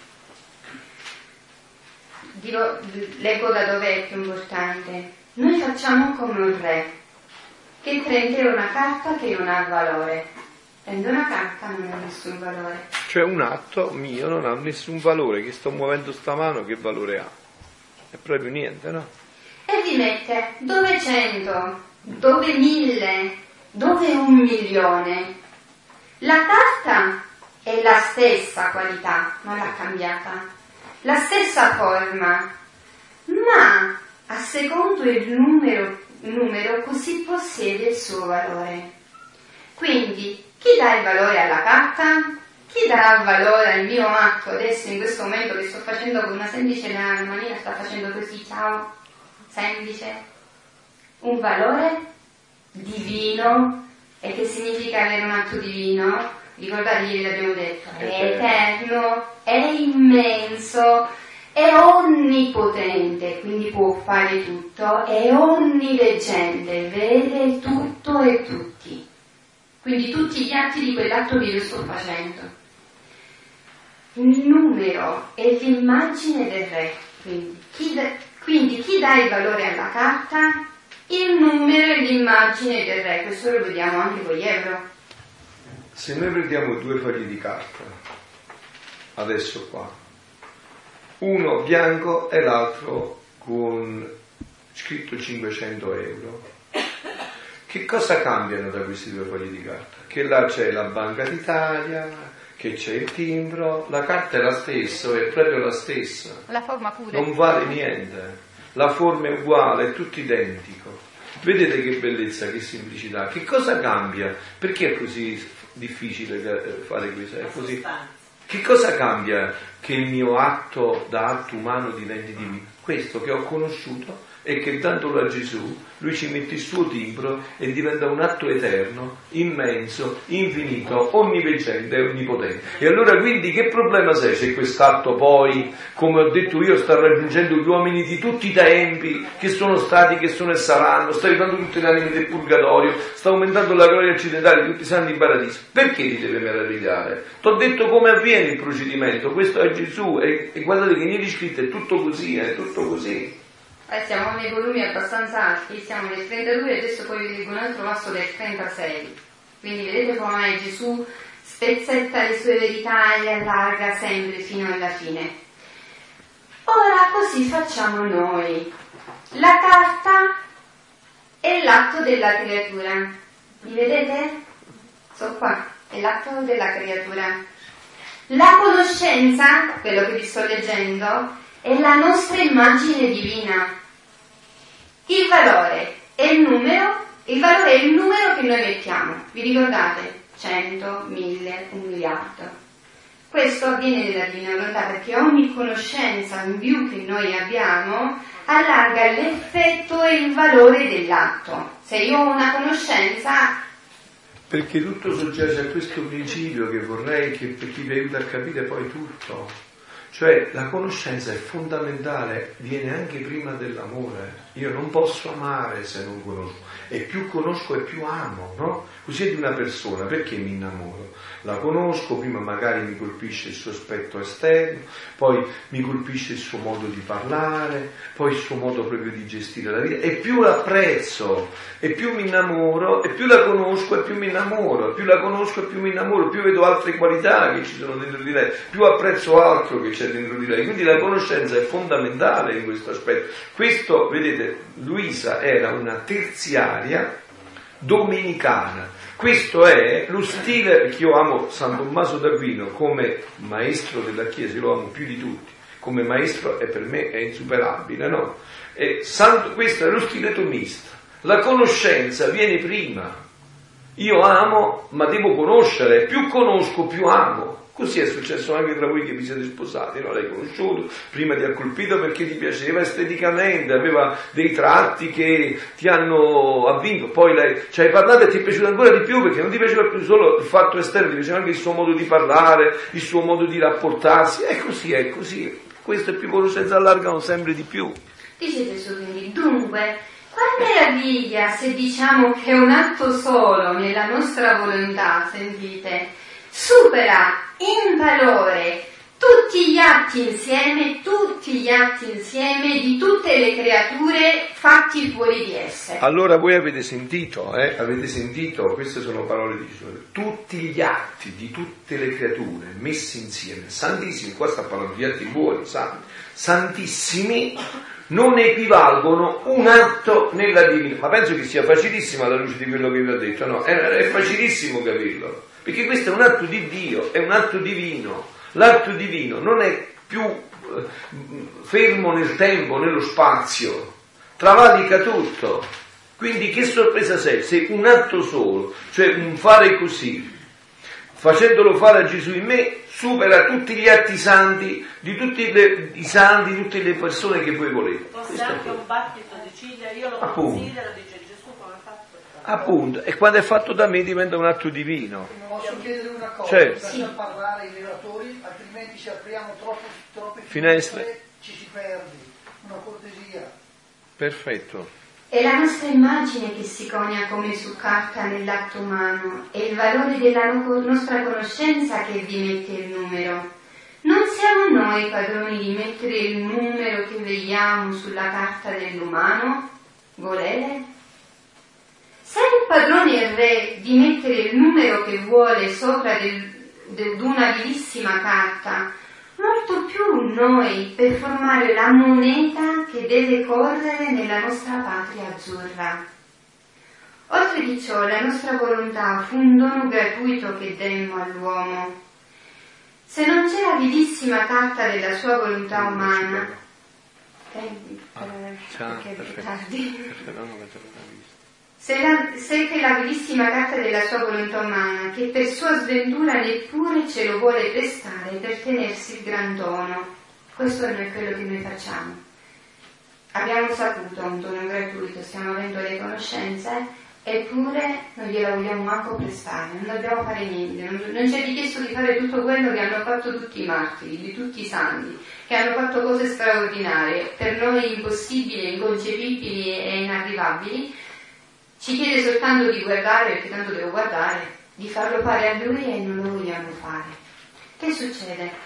Leggo da dove è più importante. Noi facciamo come un re che prende una carta che non ha valore. Prende una carta non ha nessun valore. Cioè un atto mio non ha nessun valore, che sto muovendo sta mano, che valore ha? È proprio niente, no? E vi mette dove 100, dove 1000, dove 1.000.000. La carta è la stessa qualità, non l'ha cambiata. La stessa forma, ma a secondo il numero così possiede il suo valore. Quindi, chi dà il valore alla carta? Chi darà valore al mio atto adesso in questo momento che sto facendo con una semplice manina, sta facendo così, ciao, semplice? Un valore divino. E che significa avere un atto divino? Ricordate, ieri l'abbiamo detto, è eterno, è immenso, è onnipotente, quindi può fare tutto, è onniveggente, vede tutto e tutti. Quindi tutti gli atti di quell'atto che io sto facendo. Il numero è l'immagine del re, quindi chi dà il valore alla carta? Il numero è l'immagine del re, questo lo vediamo anche con gli euro. Se noi prendiamo 2 fogli di carta, adesso qua, uno bianco e l'altro con scritto 500 euro, che cosa cambiano da questi 2 fogli di carta? Che là c'è la Banca d'Italia, che c'è il timbro, la carta è la stessa, è proprio la stessa. La forma pure. Non vale niente, la forma è uguale, è tutto identico. Vedete che bellezza, che semplicità, che cosa cambia? Perché è così difficile fare questo? È così. Che cosa cambia che il mio atto da atto umano diventi divino? Questo che ho conosciuto e che dandolo a Gesù, lui ci mette il suo timbro e diventa un atto eterno, immenso, infinito, onniveggente e onnipotente. E allora quindi che problema c'è se quest'atto poi, come ho detto io, sta raggiungendo gli uomini di tutti i tempi, che sono stati, che sono e saranno, sta aiutando tutte le anime del purgatorio, sta aumentando la gloria occidentale di tutti i santi in paradiso. Perché ti deve meravigliare? T'ho detto come avviene il procedimento, questo è Gesù, e guardate che negli scritti è tutto così, è tutto così. Siamo nei volumi abbastanza alti, siamo nel 32 e adesso poi vi leggo un altro passo del 36. Quindi vedete come Gesù spezzetta le sue verità e le allarga sempre fino alla fine. Ora così facciamo noi. La carta è l'atto della creatura. Mi vedete? Sono qua, è l'atto della creatura. La conoscenza, quello che vi sto leggendo, è la nostra immagine divina. Il valore è il numero, il valore è il numero che noi mettiamo. Vi ricordate? 100, 1000, 1 miliardo. Questo avviene nella divina volontà perché ogni conoscenza in più che noi abbiamo allarga l'effetto e il valore dell'atto. Se io ho una conoscenza... Perché tutto soggiace a questo principio che vorrei che per chi vi aiuta a capire poi tutto. Cioè la conoscenza è fondamentale, viene anche prima dell'amore. Io non posso amare se non conosco, e più conosco e più amo, no? Così è di una persona, perché mi innamoro? La conosco, prima magari mi colpisce il suo aspetto esterno, poi mi colpisce il suo modo di parlare, poi il suo modo proprio di gestire la vita, e più la apprezzo, e più mi innamoro, e più la conosco e più mi innamoro, più la conosco e più mi innamoro, più vedo altre qualità che ci sono dentro di lei, più apprezzo altro che c'è dentro di lei. Quindi la conoscenza è fondamentale in questo aspetto. Questo, vedete, Luisa era una terziaria domenicana. Questo è lo stile che io amo San Tommaso d'Aquino come maestro della Chiesa, io lo amo più di tutti, come maestro e per me è insuperabile, no? Questo è lo stile tomista. La conoscenza viene prima. Io amo, ma devo conoscere, più conosco più amo. Così è successo anche tra voi che vi siete sposati, no? L'hai conosciuto, prima ti ha colpito perché ti piaceva esteticamente, aveva dei tratti che ti hanno avvinto, poi ci hai parlato e ti è piaciuto ancora di più perché non ti piaceva più solo il fatto esterno, ti piaceva anche il suo modo di parlare, il suo modo di rapportarsi, è così. Questo e più conoscenza allargano sempre di più. Dice Gesù quindi, dunque, qual meraviglia se diciamo che un atto solo nella nostra volontà, sentite, supera in valore tutti gli atti insieme di tutte le creature fatti fuori di esse. Allora voi avete sentito, queste sono parole di Gesù, tutti gli atti di tutte le creature messi insieme, santissimi, qua sta parlando di atti buoni, santi, santissimi, non equivalgono un atto nella divinità. Ma penso che sia facilissimo alla luce di quello che vi ho detto, no? È facilissimo capirlo. Perché questo è un atto di Dio, è un atto divino. L'atto divino non è più fermo nel tempo, nello spazio, travalica tutto. Quindi che sorpresa sei? Se un atto solo, cioè un fare così, facendolo fare a Gesù in me, supera tutti gli atti santi di tutti i santi, di tutte le persone che voi volete. Fosse anche un battito di ciglia, io lo considero, dice Gesù, come ha fatto. Appunto, e quando è fatto da me diventa un atto divino. Non posso chiedere una cosa, Certo. bisogna parlare ai relatori, altrimenti se apriamo troppe Finestre. ci si perde. Una cortesia. Perfetto. È la nostra immagine che si conia come su carta nell'atto umano, è il valore della nostra conoscenza che vi mette il numero. Non siamo noi padroni di mettere il numero che vediamo sulla carta dell'umano? Volete? Se il padrone è il re di mettere il numero che vuole sopra di una vilissima carta, molto più noi per formare la moneta che deve correre nella nostra patria azzurra. Oltre di ciò, la nostra volontà fu un dono gratuito che demmo all'uomo. Se non c'è la vilissima carta della sua volontà umana, perché è tardi. Se che la vilissima carta della sua volontà umana, che per sua sventura neppure ce lo vuole prestare per tenersi il gran dono. Questo non è quello che noi facciamo. Abbiamo saputo un dono gratuito, stiamo avendo le conoscenze, eppure non gliela vogliamo manco prestare, non dobbiamo fare niente, non ci è richiesto di fare tutto quello che hanno fatto tutti i martiri, di tutti i santi, che hanno fatto cose straordinarie, per noi impossibili, inconcepibili e inarrivabili. Ci chiede soltanto di guardare, perché tanto devo guardare, di farlo fare a lui e non lo vogliamo fare. Che succede?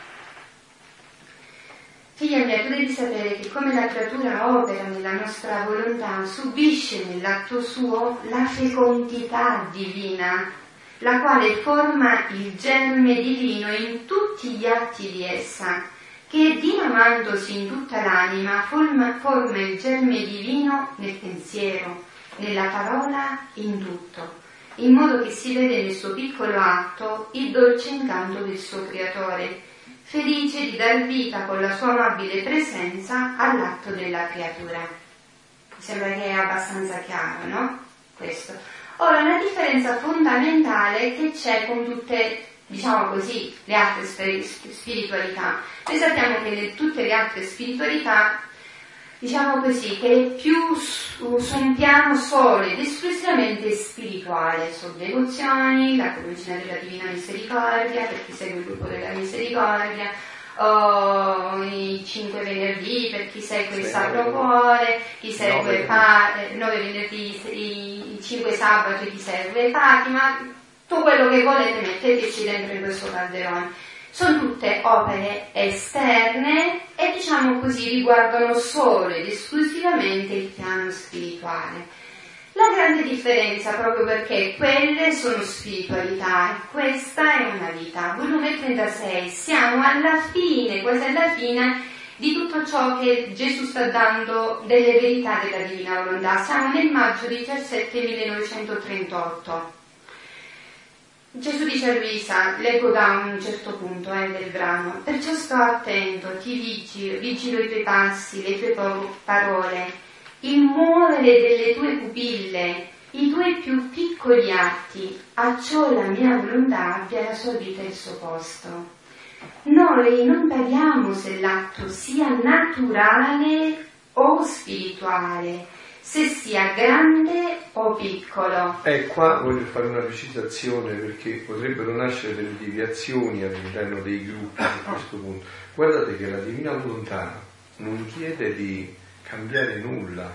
Figlia mia, tu devi sapere che come la creatura opera nella nostra volontà, subisce nell'atto suo la fecondità divina, la quale forma il germe divino in tutti gli atti di essa, che dinamandosi in tutta l'anima forma il germe divino nel pensiero, nella parola, in tutto, in modo che si vede nel suo piccolo atto il dolce incanto del suo creatore, felice di dar vita con la sua amabile presenza all'atto della creatura. Mi sembra che è abbastanza chiaro, no? Questo. Ora, una differenza fondamentale che c'è con tutte, diciamo così, le altre spiritualità. Noi sappiamo che tutte le altre spiritualità, diciamo così, che è più su un piano solo ed esclusivamente spirituale, sono devozioni, la Commissione della Divina Misericordia, per chi segue il gruppo della Misericordia, o i 5 venerdì per chi segue il Sacro Cuore, chi segue 9 venerdì, i 5 sabati chi segue Fatima, tutto quello che volete metteteci dentro in questo calderone. Sono tutte opere esterne e, diciamo così, riguardano solo ed esclusivamente il piano spirituale. La grande differenza, proprio perché quelle sono spiritualità e questa è una vita. Volume 36, siamo alla fine, quasi alla fine di tutto ciò che Gesù sta dando delle verità della Divina Volontà. Siamo nel maggio 17 1938. Gesù dice a Luisa, leggo da un certo punto del brano: perciò sto attento, ti vigilo i tuoi passi, le tue parole, il muovere delle tue pupille, i tuoi più piccoli atti, acciò la mia volontà abbia la sua vita e il suo posto. Noi non badiamo se l'atto sia naturale o spirituale, se sia grande o piccolo. Qua voglio fare una precisazione, perché potrebbero nascere delle deviazioni all'interno dei gruppi a questo punto. Guardate che la Divina Volontà non chiede di cambiare nulla.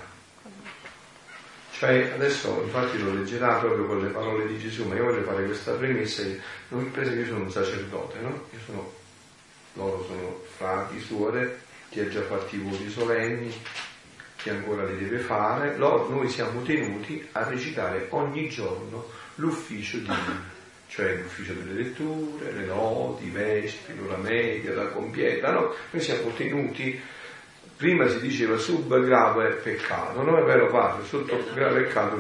Cioè, adesso infatti lo leggerà proprio con le parole di Gesù, ma io voglio fare questa premessa. Non penso che io sono un sacerdote, no? Loro sono frati, suore, chi ha già fatto i voti solenni, che ancora li deve fare. Noi siamo tenuti a recitare ogni giorno l'ufficio divino, cioè l'ufficio delle letture, le lodi, i vespri, l'ora media, la compieta, no? Noi siamo tenuti, prima si diceva sub grave peccato, no? È vero padre, sotto grave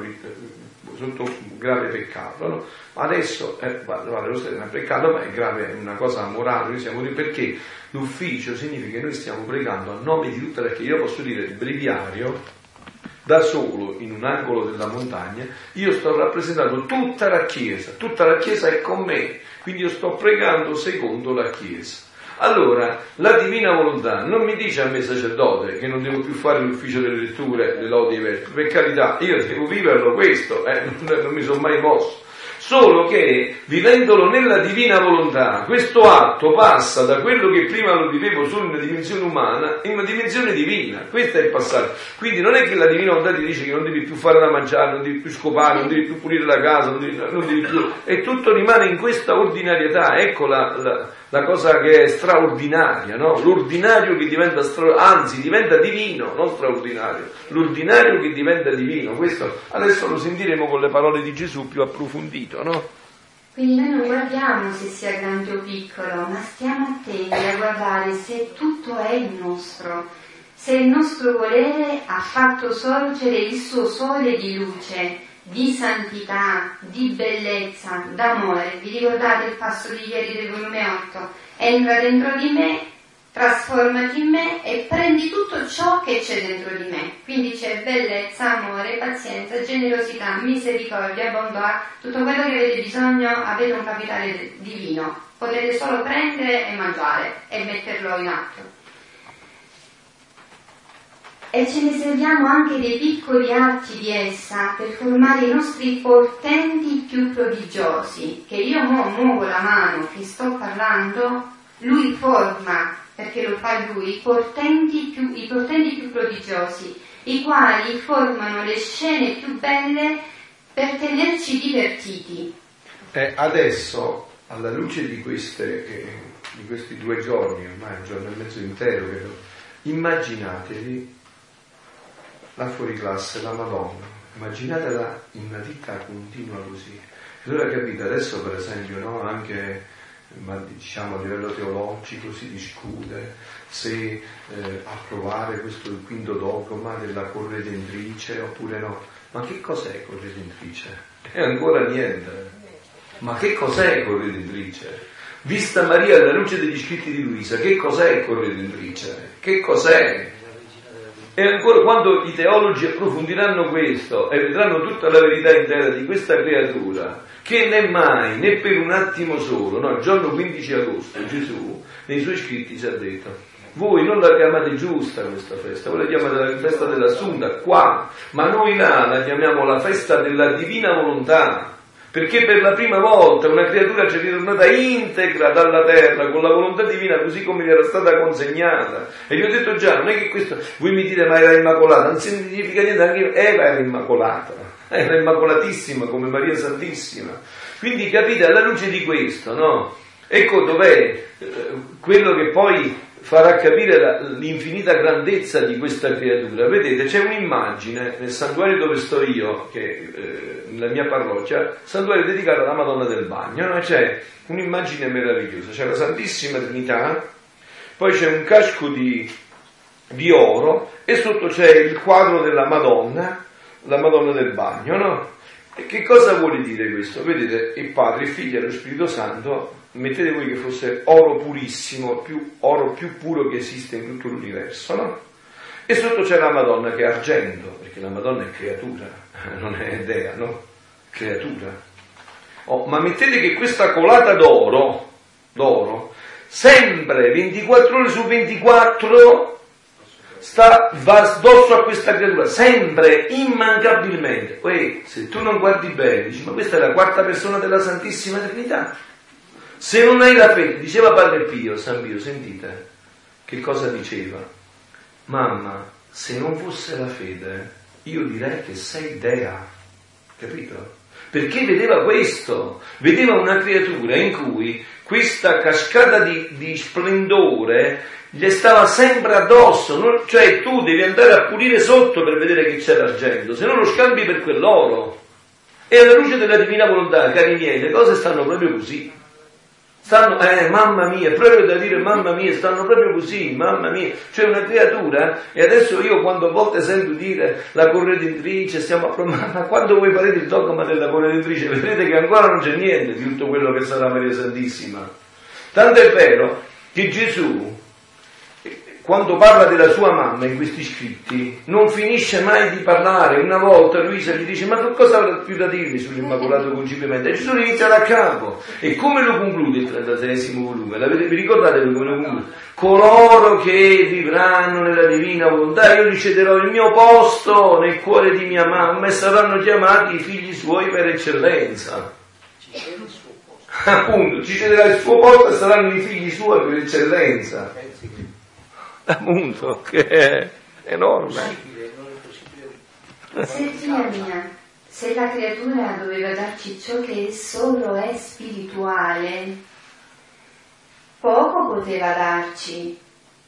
peccato, no? Ma adesso lo stesso è un peccato, ma è grave, è una cosa morale. Noi siamo perché l'ufficio significa che noi stiamo pregando a nome di tutta, perché io posso dire il breviario da solo in un angolo della montagna, io sto rappresentando tutta la Chiesa è con me, quindi io sto pregando secondo la Chiesa. Allora, la divina volontà non mi dice a me sacerdote che non devo più fare l'ufficio delle letture, le lodi e i versi, per carità, io devo viverlo questo, non mi sono mai mosso. Solo che, vivendolo nella divina volontà, questo atto passa da quello che prima lo vivevo solo in una dimensione umana in una dimensione divina. Questo è il passaggio. Quindi non è che la divina volontà ti dice che non devi più fare da mangiare, non devi più scopare, non devi più pulire la casa, non devi più... E tutto rimane in questa ordinarietà. Ecco la cosa che è straordinaria, no? L'ordinario che diventa anzi diventa divino, non straordinario. L'ordinario che diventa divino. Questo adesso lo sentiremo con le parole di Gesù più approfondito, no? Quindi noi non guardiamo se sia grande o piccolo, ma stiamo attenti a guardare se tutto è il nostro, se il nostro volere ha fatto sorgere il suo sole di luce, di santità, di bellezza, d'amore. Vi ricordate il passo di ieri del volume 8? Entra dentro di me, trasformati in me e prendi tutto ciò che c'è dentro di me. Quindi c'è bellezza, amore, pazienza, generosità, misericordia, bontà, tutto quello che avete bisogno. Avete un capitale divino, potete solo prendere e mangiare e metterlo in atto. E ce ne serviamo anche dei piccoli atti di essa per formare i nostri portenti più prodigiosi, che io muovo la mano che sto parlando, lui forma, perché lo fa lui, i portenti più prodigiosi, i quali formano le scene più belle per tenerci divertiti. Adesso, alla luce di questi 2 giorni, ormai un giorno e mezzo intero, immaginatevi la fuoriclasse, la Madonna, immaginatela in una vita continua così. Allora capite, adesso per esempio, no, anche diciamo a livello teologico si discute se approvare questo il quinto dogma della corredentrice oppure no. Ma che cos'è corredentrice? È ancora niente. Ma che cos'è corredentrice? Vista Maria alla luce degli scritti di Luisa, che cos'è corredentrice? Che cos'è? E ancora quando i teologi approfondiranno questo e vedranno tutta la verità intera di questa creatura, che né mai, né per un attimo solo, no, il giorno 15 agosto Gesù nei suoi scritti ci ha detto: voi non la chiamate giusta questa festa, voi la chiamate la festa dell'Assunta qua, ma noi la chiamiamo la festa della divina volontà, perché per la prima volta una creatura ci è ritornata integra dalla terra con la volontà divina così come gli era stata consegnata. E gli ho detto già, non è che questo voi mi dite ma era immacolata, non significa niente, anche Eva era immacolata, era immacolatissima come Maria Santissima. Quindi capite, alla luce di questo, no? Ecco dov'è quello che poi farà capire l'infinita grandezza di questa creatura. Vedete, c'è un'immagine nel santuario dove sto io, che nella mia parrocchia, santuario dedicato alla Madonna del Bagno, no? C'è un'immagine meravigliosa, c'è la Santissima Trinità, poi c'è un casco di oro e sotto c'è il quadro della Madonna, la Madonna del Bagno, no? E che cosa vuole dire questo? Vedete, il Padre, il Figlio e lo Spirito Santo, mettete voi che fosse oro purissimo, oro più puro che esiste in tutto l'universo, no? E sotto c'è la Madonna che è argento, perché la Madonna è creatura, non è dea, no? Creatura. Ma mettete che questa colata d'oro, sempre 24 ore su 24 va addosso a questa creatura, sempre, immancabilmente. Poi, se tu non guardi bene, dici, ma questa è la quarta persona della Santissima Trinità. Se non hai la fede, diceva Padre Pio, San Pio, sentite, che cosa diceva? Mamma, se non fosse la fede, io direi che sei dea, capito? Perché vedeva questo, vedeva una creatura in cui questa cascata di splendore gli stava sempre addosso, cioè tu devi andare a pulire sotto per vedere che c'è l'argento, se no lo scambi per quell'oro. E alla luce della divina volontà, cari miei, le cose stanno proprio così. Stanno, mamma mia, proprio da dire mamma mia, stanno proprio così, mamma mia. Cioè una creatura, e adesso io quando a volte sento dire la corredentrice, ma quando voi farete il dogma della corredentrice, vedrete che ancora non c'è niente di tutto quello che sarà Maria Santissima. Tanto è vero che Gesù, quando parla della sua mamma in questi scritti, non finisce mai di parlare. Una volta Luisa gli dice: ma tu cosa avrà più da dirmi sull'Immacolato Concepimento? E Gesù inizia da capo. E come lo conclude il 36esimo volume? Vi ricordate come lo conclude? Coloro che vivranno nella divina volontà, io gli cederò il mio posto nel cuore di mia mamma e saranno chiamati i figli suoi per eccellenza. Appunto, ci cederà il suo posto e saranno i figli suoi per eccellenza. Appunto, che è enorme. Figlia mia, se la creatura doveva darci ciò che solo è spirituale, poco poteva darci.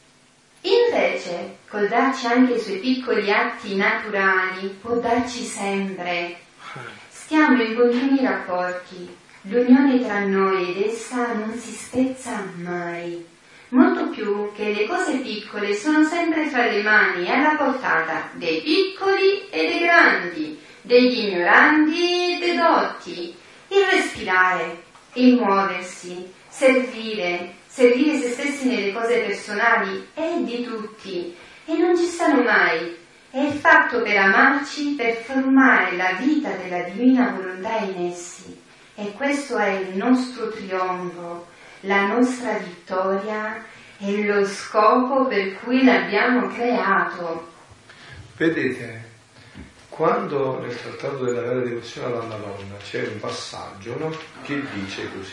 Invece, col darci anche i suoi piccoli atti naturali, può darci sempre. Stiamo in continui rapporti. L'unione tra noi ed essa non si spezza mai. Molto più che le cose piccole sono sempre tra le mani e alla portata dei piccoli e dei grandi, degli ignoranti e dei dotti. Il respirare, il muoversi, servire se stessi nelle cose personali è di tutti e non ci stanno mai. È fatto per amarci, per formare la vita della divina volontà in essi. E questo è il nostro trionfo, la nostra vittoria e lo scopo per cui l'abbiamo creato. Vedete, quando nel trattato della vera devozione alla Madonna c'è un passaggio, no? Che dice così: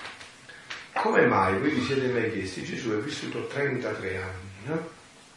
come mai voi vi siete mai chiesti? Gesù è vissuto 33 anni, no?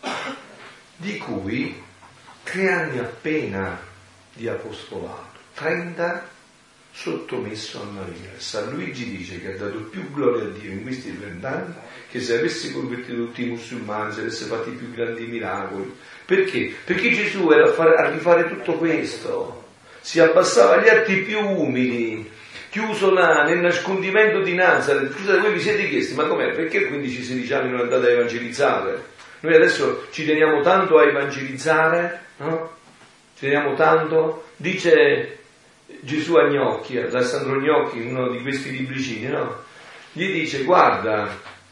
Di cui 3 anni appena di apostolato, 30 sottomesso a Maria. San Luigi dice che ha dato più gloria a Dio in questi 30 anni che se avesse convertito tutti i musulmani, se avesse fatto i più grandi miracoli. Perché? Perché Gesù era a rifare tutto questo, si abbassava agli atti più umili, chiuso là nel nascondimento di Nazareth. Scusate, voi vi siete chiesti: ma com'è? Perché 15-16 anni non andate a evangelizzare? Noi adesso ci teniamo tanto a evangelizzare, no? Ci teniamo tanto. Dice Gesù a Gnocchi, a Alessandro Gnocchi, uno di questi libricini, no? Gli dice: guarda,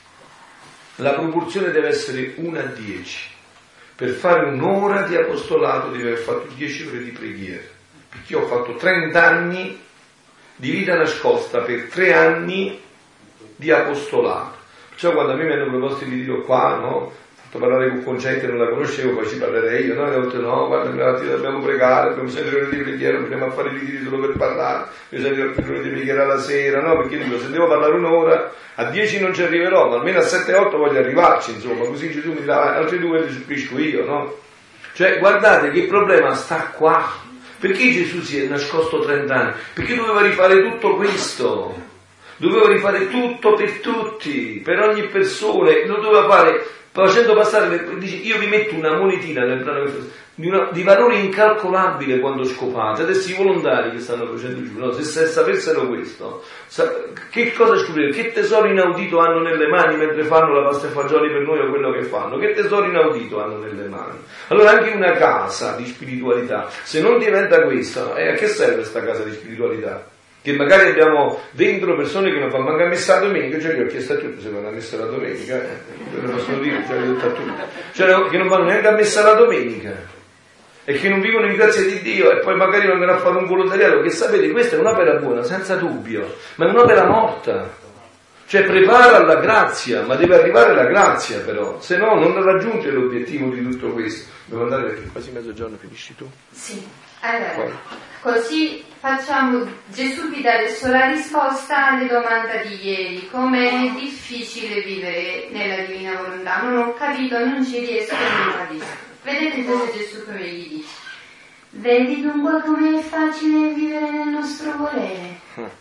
la proporzione deve essere 1:10. Per fare un'ora di apostolato devi aver fatto 10 ore di preghiera, perché io ho fatto 30 anni di vita nascosta per 3 anni di apostolato. Perciò quando a me mi hanno proposto di ritiro qua, no? Parlare con Concetta, non la conoscevo, poi ci parlerei io, no? E ho detto: no, guarda, dobbiamo pregare, dobbiamo sentire ore di preghiera, non dobbiamo fare i ritiri solo per parlare, dobbiamo sentire ore di preghiera la sera, no? Perché dico, se devo parlare un'ora, a 10 non ci arriverò, ma almeno a 7-8 voglio arrivarci, insomma, così Gesù mi dirà: altre 2 li supplisco io, no? Cioè, guardate che il problema sta qua. Perché Gesù si è nascosto 30 anni? Perché doveva rifare tutto questo. Doveva rifare tutto per tutti, per ogni persona, lo doveva fare facendo passare, dice: io vi metto una monetina nel brano di valore incalcolabile quando scopate. Adesso i volontari che stanno facendo giù, no? Se sapessero questo, che cosa scoprire? Che tesoro inaudito hanno nelle mani mentre fanno la pasta e fagioli per noi o quello che fanno? Che tesoro inaudito hanno nelle mani? Allora anche una casa di spiritualità, se non diventa questa, a che serve questa casa di spiritualità? Che magari abbiamo dentro persone che non fanno manco a messa la domenica, cioè io ho chiesto a tutti se vanno a messa la domenica, lo possono dire, cioè l'ho detto a tutti, cioè che non vanno neanche a messa la domenica e che non vivono in grazia di Dio e poi magari vanno a fare un volontariato, che sapete, questa è un'opera buona, senza dubbio, ma è un'opera morta, cioè prepara alla grazia, ma deve arrivare la grazia però, se no non raggiunge l'obiettivo di tutto questo. Devo andare perché quasi mezzogiorno finisci tu? Sì, allora, così facciamo, Gesù vi dà adesso la risposta alle domande di ieri, come è difficile vivere nella divina volontà, non ho capito, non ci riesco, non capisco. Vedete cosa Gesù come gli dice? Vedi dunque come è facile vivere nel nostro volere.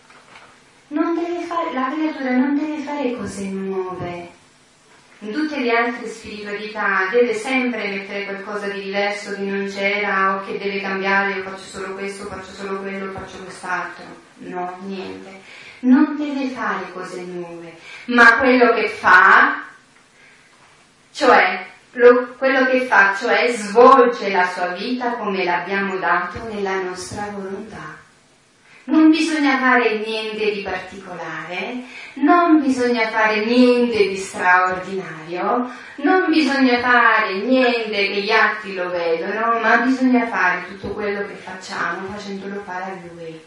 Non deve fare, la creatura non deve fare cose nuove. In tutte le altre spiritualità deve sempre mettere qualcosa di diverso che non c'era o che deve cambiare, io faccio solo questo, faccio solo quello, faccio quest'altro. No, niente. Non deve fare cose nuove, ma quello che fa, cioè svolge la sua vita come l'abbiamo dato nella nostra volontà. Non bisogna fare niente di particolare, non bisogna fare niente di straordinario, non bisogna fare niente che gli altri lo vedono, ma bisogna fare tutto quello che facciamo facendolo fare a Lui.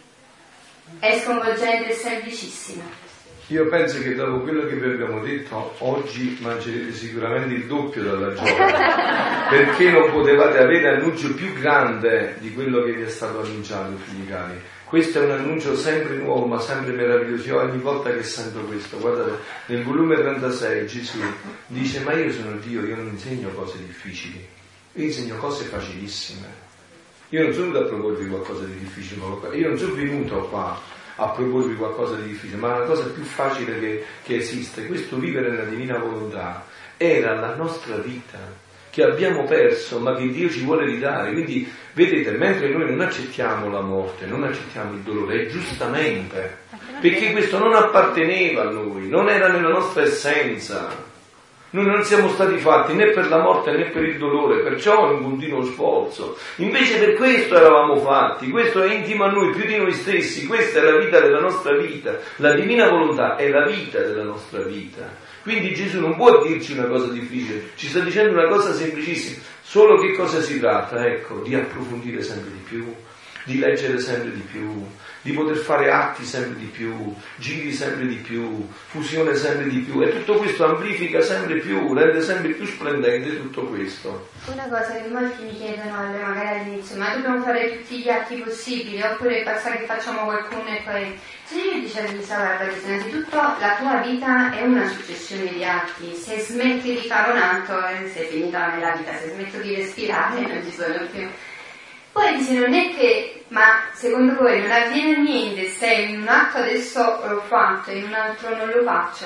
È sconvolgente e semplicissimo. Io penso che dopo quello che vi abbiamo detto, oggi mangerete sicuramente il doppio dalla gioia, perché non potevate avere annuncio più grande di quello che vi è stato annunciato, figli cari. Questo è un annuncio sempre nuovo, ma sempre meraviglioso. Io ogni volta che sento questo, guardate, nel volume 36 Gesù dice: ma io sono Dio, io non insegno cose difficili, io insegno cose facilissime. Io non sono venuto a proporvi qualcosa di difficile, io non sono venuto qua a proporvi qualcosa di difficile, ma la cosa più facile che esiste. Questo vivere nella divina volontà era la nostra vita, che abbiamo perso, ma che Dio ci vuole ridare. Quindi, vedete, mentre noi non accettiamo la morte, non accettiamo il dolore, è giustamente, perché questo non apparteneva a noi, non era nella nostra essenza. Noi non siamo stati fatti né per la morte né per il dolore, perciò è un continuo sforzo. Invece per questo eravamo fatti, questo è intimo a noi più di noi stessi, questa è la vita della nostra vita, la divina volontà è la vita della nostra vita. Quindi Gesù non può dirci una cosa difficile, ci sta dicendo una cosa semplicissima, solo che cosa si tratta? Ecco, di approfondire sempre di più, di leggere sempre di più, di poter fare atti sempre di più, giri sempre di più, fusione sempre di più, e tutto questo amplifica sempre più, rende sempre più splendente tutto questo. Una cosa che molti mi chiedono magari all'inizio: ma dobbiamo fare tutti gli atti possibili oppure basta che facciamo qualcuno e poi... Se io dicevo di guarda, innanzitutto la tua vita è una successione di atti, se smetti di fare un atto sei finita nella vita, se smetto di respirare non ci sono più. Poi dice: non è che, ma secondo voi non avviene niente se in un atto adesso l'ho fatto e in un altro non lo faccio?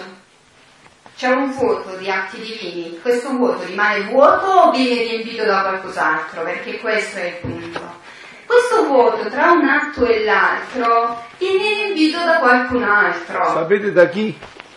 C'è un vuoto di atti divini, questo vuoto rimane vuoto o viene riempito da qualcos'altro? Perché questo è il punto. Questo vuoto tra un atto e l'altro viene riempito da qualcun altro. Sapete da chi?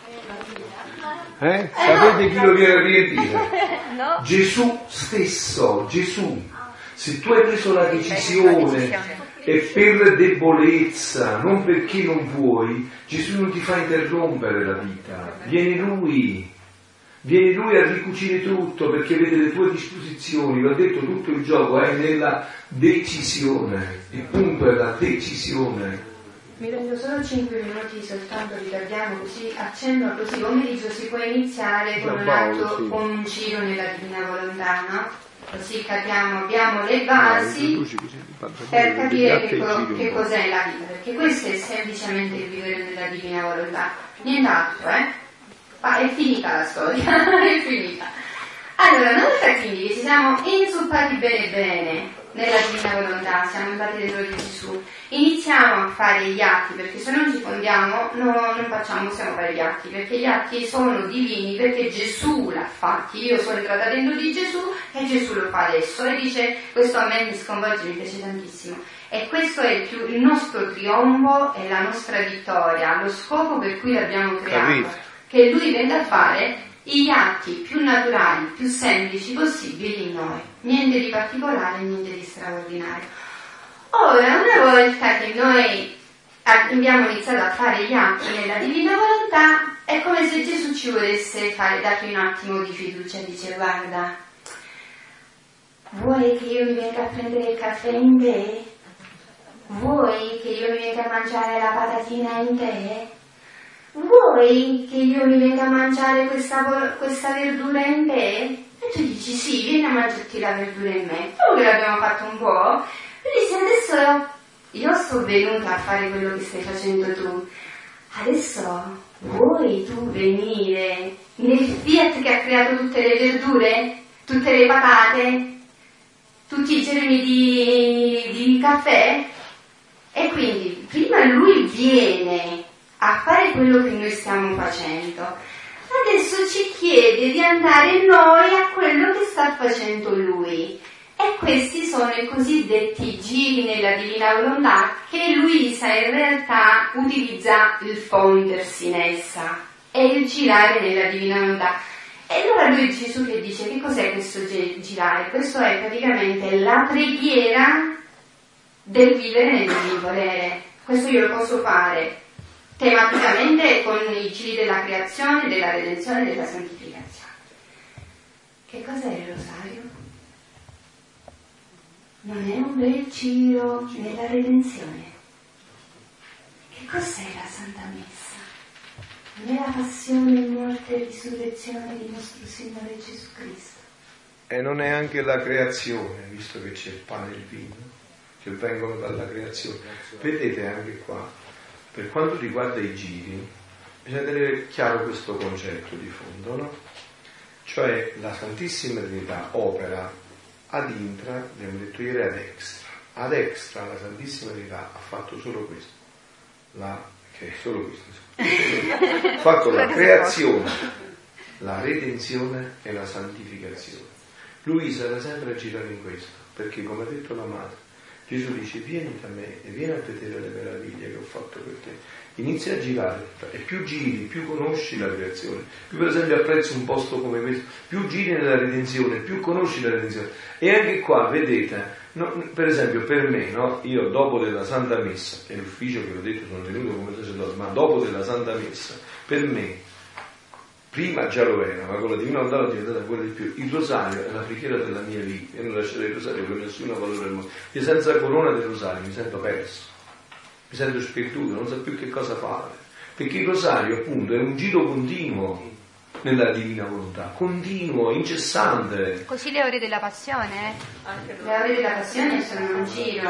Sapete chi lo viene a riempire? No. Gesù stesso, Gesù. Se tu hai preso la decisione e per debolezza, non perché non vuoi, Gesù non ti fa interrompere la vita, viene Lui a ricucire tutto, perché vede le tue disposizioni, l'ho detto, tutto il gioco è nella decisione, il punto è la decisione. Mi prendo solo 5 minuti soltanto, ritardiamo così, accenno così, pomeriggio si può iniziare con un atto, con un giro nella divina volontà, no? Così capiamo, abbiamo le basi per capire che cos'è la vita, perché questo è semplicemente il vivere nella divina volontà, nient'altro, è finita la storia, è finita. Allora, una volta quindi che ci siamo inzuppati bene bene nella divina volontà, siamo andati dentro di Gesù, iniziamo a fare gli atti, perché se non ci fondiamo non possiamo fare gli atti, perché gli atti sono divini, perché Gesù l'ha fatti. Io sono entrata dentro di Gesù e Gesù lo fa adesso, e dice: questo a me mi sconvolge, mi piace tantissimo, e questo è il nostro trionfo e la nostra vittoria, lo scopo per cui l'abbiamo creato, che Lui venga a fare gli atti più naturali, più semplici possibili in noi, niente di particolare, niente di straordinario. Ora, una volta che noi abbiamo iniziato a fare gli atti nella divina volontà, è come se Gesù ci volesse darci un attimo di fiducia, dice: guarda, vuoi che io mi venga a prendere il caffè in te? Vuoi che io mi venga a mangiare la patatina in te? Vuoi che io mi venga a mangiare questa verdura in te? E tu dici: sì, vieni a mangiarti la verdura in me. Dopo che l'abbiamo fatto un po', tu dici: adesso io sto venuta a fare quello che stai facendo tu. Adesso vuoi tu venire nel Fiat che ha creato tutte le verdure, tutte le patate, tutti i germi di caffè? E quindi prima Lui viene a fare quello che noi stiamo facendo, adesso ci chiede di andare noi a quello che sta facendo Lui, e questi sono i cosiddetti giri nella divina volontà, che Luisa in realtà utilizza il fondersi in essa e il girare nella divina volontà. E allora lui, Gesù, che dice: che cos'è questo girare? Questo è praticamente la preghiera del vivere nel divino volere. Questo io lo posso fare tematicamente con i giri della creazione, della redenzione e della santificazione. Che cos'è il rosario? Non è un bel giro nella redenzione. Che cos'è la Santa Messa? Non è la passione, morte e risurrezione di nostro Signore Gesù Cristo. E non è anche la creazione, visto che c'è il pane e il vino, che vengono dalla creazione. Vedete anche qua, per quanto riguarda i giri, bisogna tenere chiaro questo concetto di fondo, no? Cioè la Santissima Trinità opera ad intra, abbiamo detto ieri, ad extra. Ad extra la Santissima Trinità ha fatto solo questo, che è solo questo, ha fatto la creazione, la redenzione e la santificazione. Luisa era sempre a girare in questo, perché come ha detto la madre, Gesù dice: vieni da me e vieni a vedere le meraviglie che ho fatto per te. Inizia a girare, e più giri, più conosci la creazione, più per esempio apprezzi un posto come questo, più giri nella redenzione, più conosci la redenzione. E anche qua, vedete, per esempio per me, no? Io dopo della Santa Messa, è l'ufficio che ho detto sono tenuto come sacerdote, ma dopo della Santa Messa, per me, prima già lo era, ma con la Divina Volontà è diventata ancora di più. Il rosario è la preghiera della mia vita. Io non lascerei il rosario per nessuno valore del mondo. Io senza corona del rosario mi sento perso, mi sento sperduto, non so più che cosa fare. Perché il rosario, appunto, è un giro continuo nella Divina Volontà, continuo, incessante. Così le ore della Passione, Le ore della Passione sono un giro,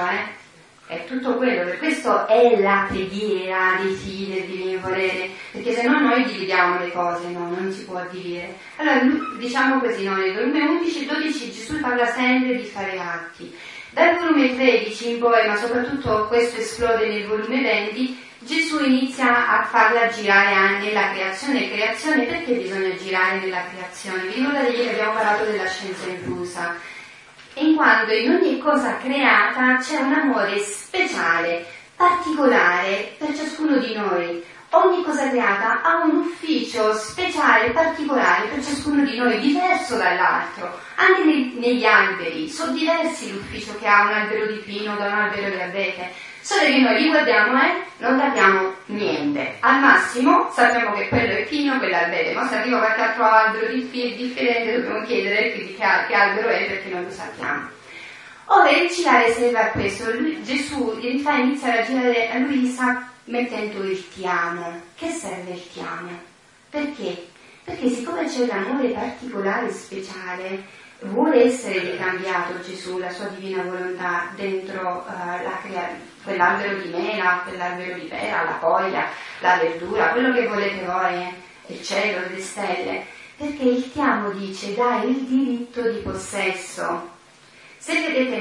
È tutto quello, per questo è la preghiera dei figli del divino volere, perché se no noi dividiamo le cose, no, non si può dividere. Allora, diciamo così, no, nel volume 11 e 12 Gesù parla sempre di fare atti. Dal volume 13 in poi, ma soprattutto questo esplode nel volume 20, Gesù inizia a farla girare nella creazione. Perché bisogna girare nella creazione? Vi ricordate che abbiamo parlato della scienza inclusa? In quanto in ogni cosa creata c'è un amore speciale, particolare per ciascuno di noi. Ogni cosa creata ha un ufficio speciale, particolare per ciascuno di noi, diverso dall'altro. Anche negli alberi, sono diversi l'ufficio che ha un albero di pino da un albero di abete. Solo che noi li guardiamo e non capiamo niente. Al massimo sappiamo che quello è pino, quello è abete, ma se arriva qualche altro albero differente dobbiamo chiedere che albero è, perché non lo sappiamo. Ora il girare serve a questo. Gesù gli fa iniziare a girare a Luisa mettendo il ti amo. Che serve il ti amo? Perché? Perché siccome c'è l'amore particolare e speciale, vuole essere ricambiato Gesù, la sua divina volontà, dentro quell'albero di mela, quell'albero di pera, la foglia, la verdura, quello che volete voi, il cielo, le stelle, perché il ti amo dice dai il diritto di possesso. Se vedete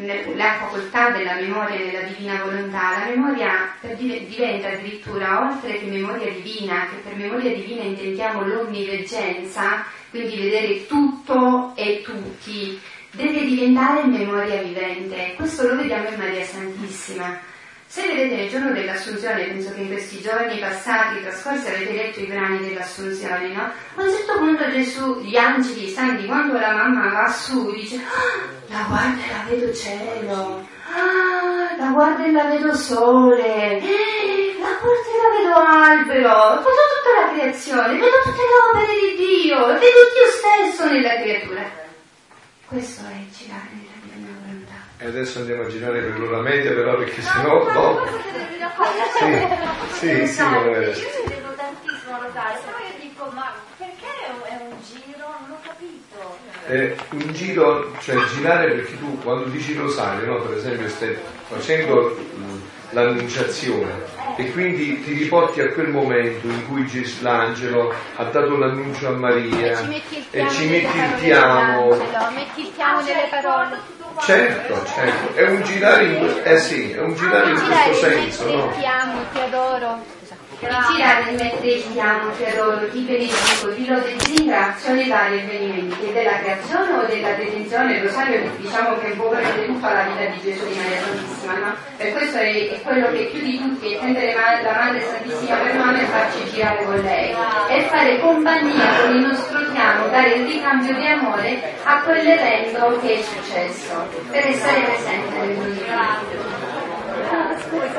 la facoltà della memoria nella divina volontà, la memoria diventa addirittura, oltre che memoria divina, che per memoria divina intendiamo l'onniveggenza, quindi vedere tutto e tutti, deve diventare memoria vivente. Questo lo vediamo in Maria Santissima. Se vedete nel giorno dell'Assunzione, penso che in questi giorni passati, trascorsi, avete letto i brani dell'Assunzione, no? A un certo punto Gesù, gli angeli, i santi, quando la mamma va su, dice: la guardo e la vedo cielo, la guardo e la vedo sole, la guardo e la vedo albero, vedo tutta la creazione, vedo tutte le opere di Dio, vedo Dio stesso nella creatura. Questo è il girare nella divina volontà. E adesso andiamo a girare per l'ora media, però, perché sennò dopo. Sì, io ci vedo tantissimo a rosario, però io dico, ma perché è un giro? Non ho capito. È un giro, cioè girare, perché tu quando dici rosario, no, per esempio stai facendo l'annunciazione e quindi ti riporti a quel momento in cui Gesù, l'angelo ha dato l'annuncio a Maria e ci metti il ti amo. Metti il ti amo nelle parole. Certo, è un girare in questo senso, no? Ti amo, ti adoro. Girare nel mettere ti amo, ti adoro, ti benedico, ti lode, ti ringrazio nei vari avvenimenti, che della creazione o della redenzione. Il rosario diciamo che è un po' prende tutta la vita di Gesù di Maria Santissima, no? Per questo è quello che più di tutti è tendere la Madre Santissima per mano e farci girare con lei, e fare compagnia con il nostro ti amo, dare il ricambio di amore a quell'evento che è successo, per essere presente nel mondo.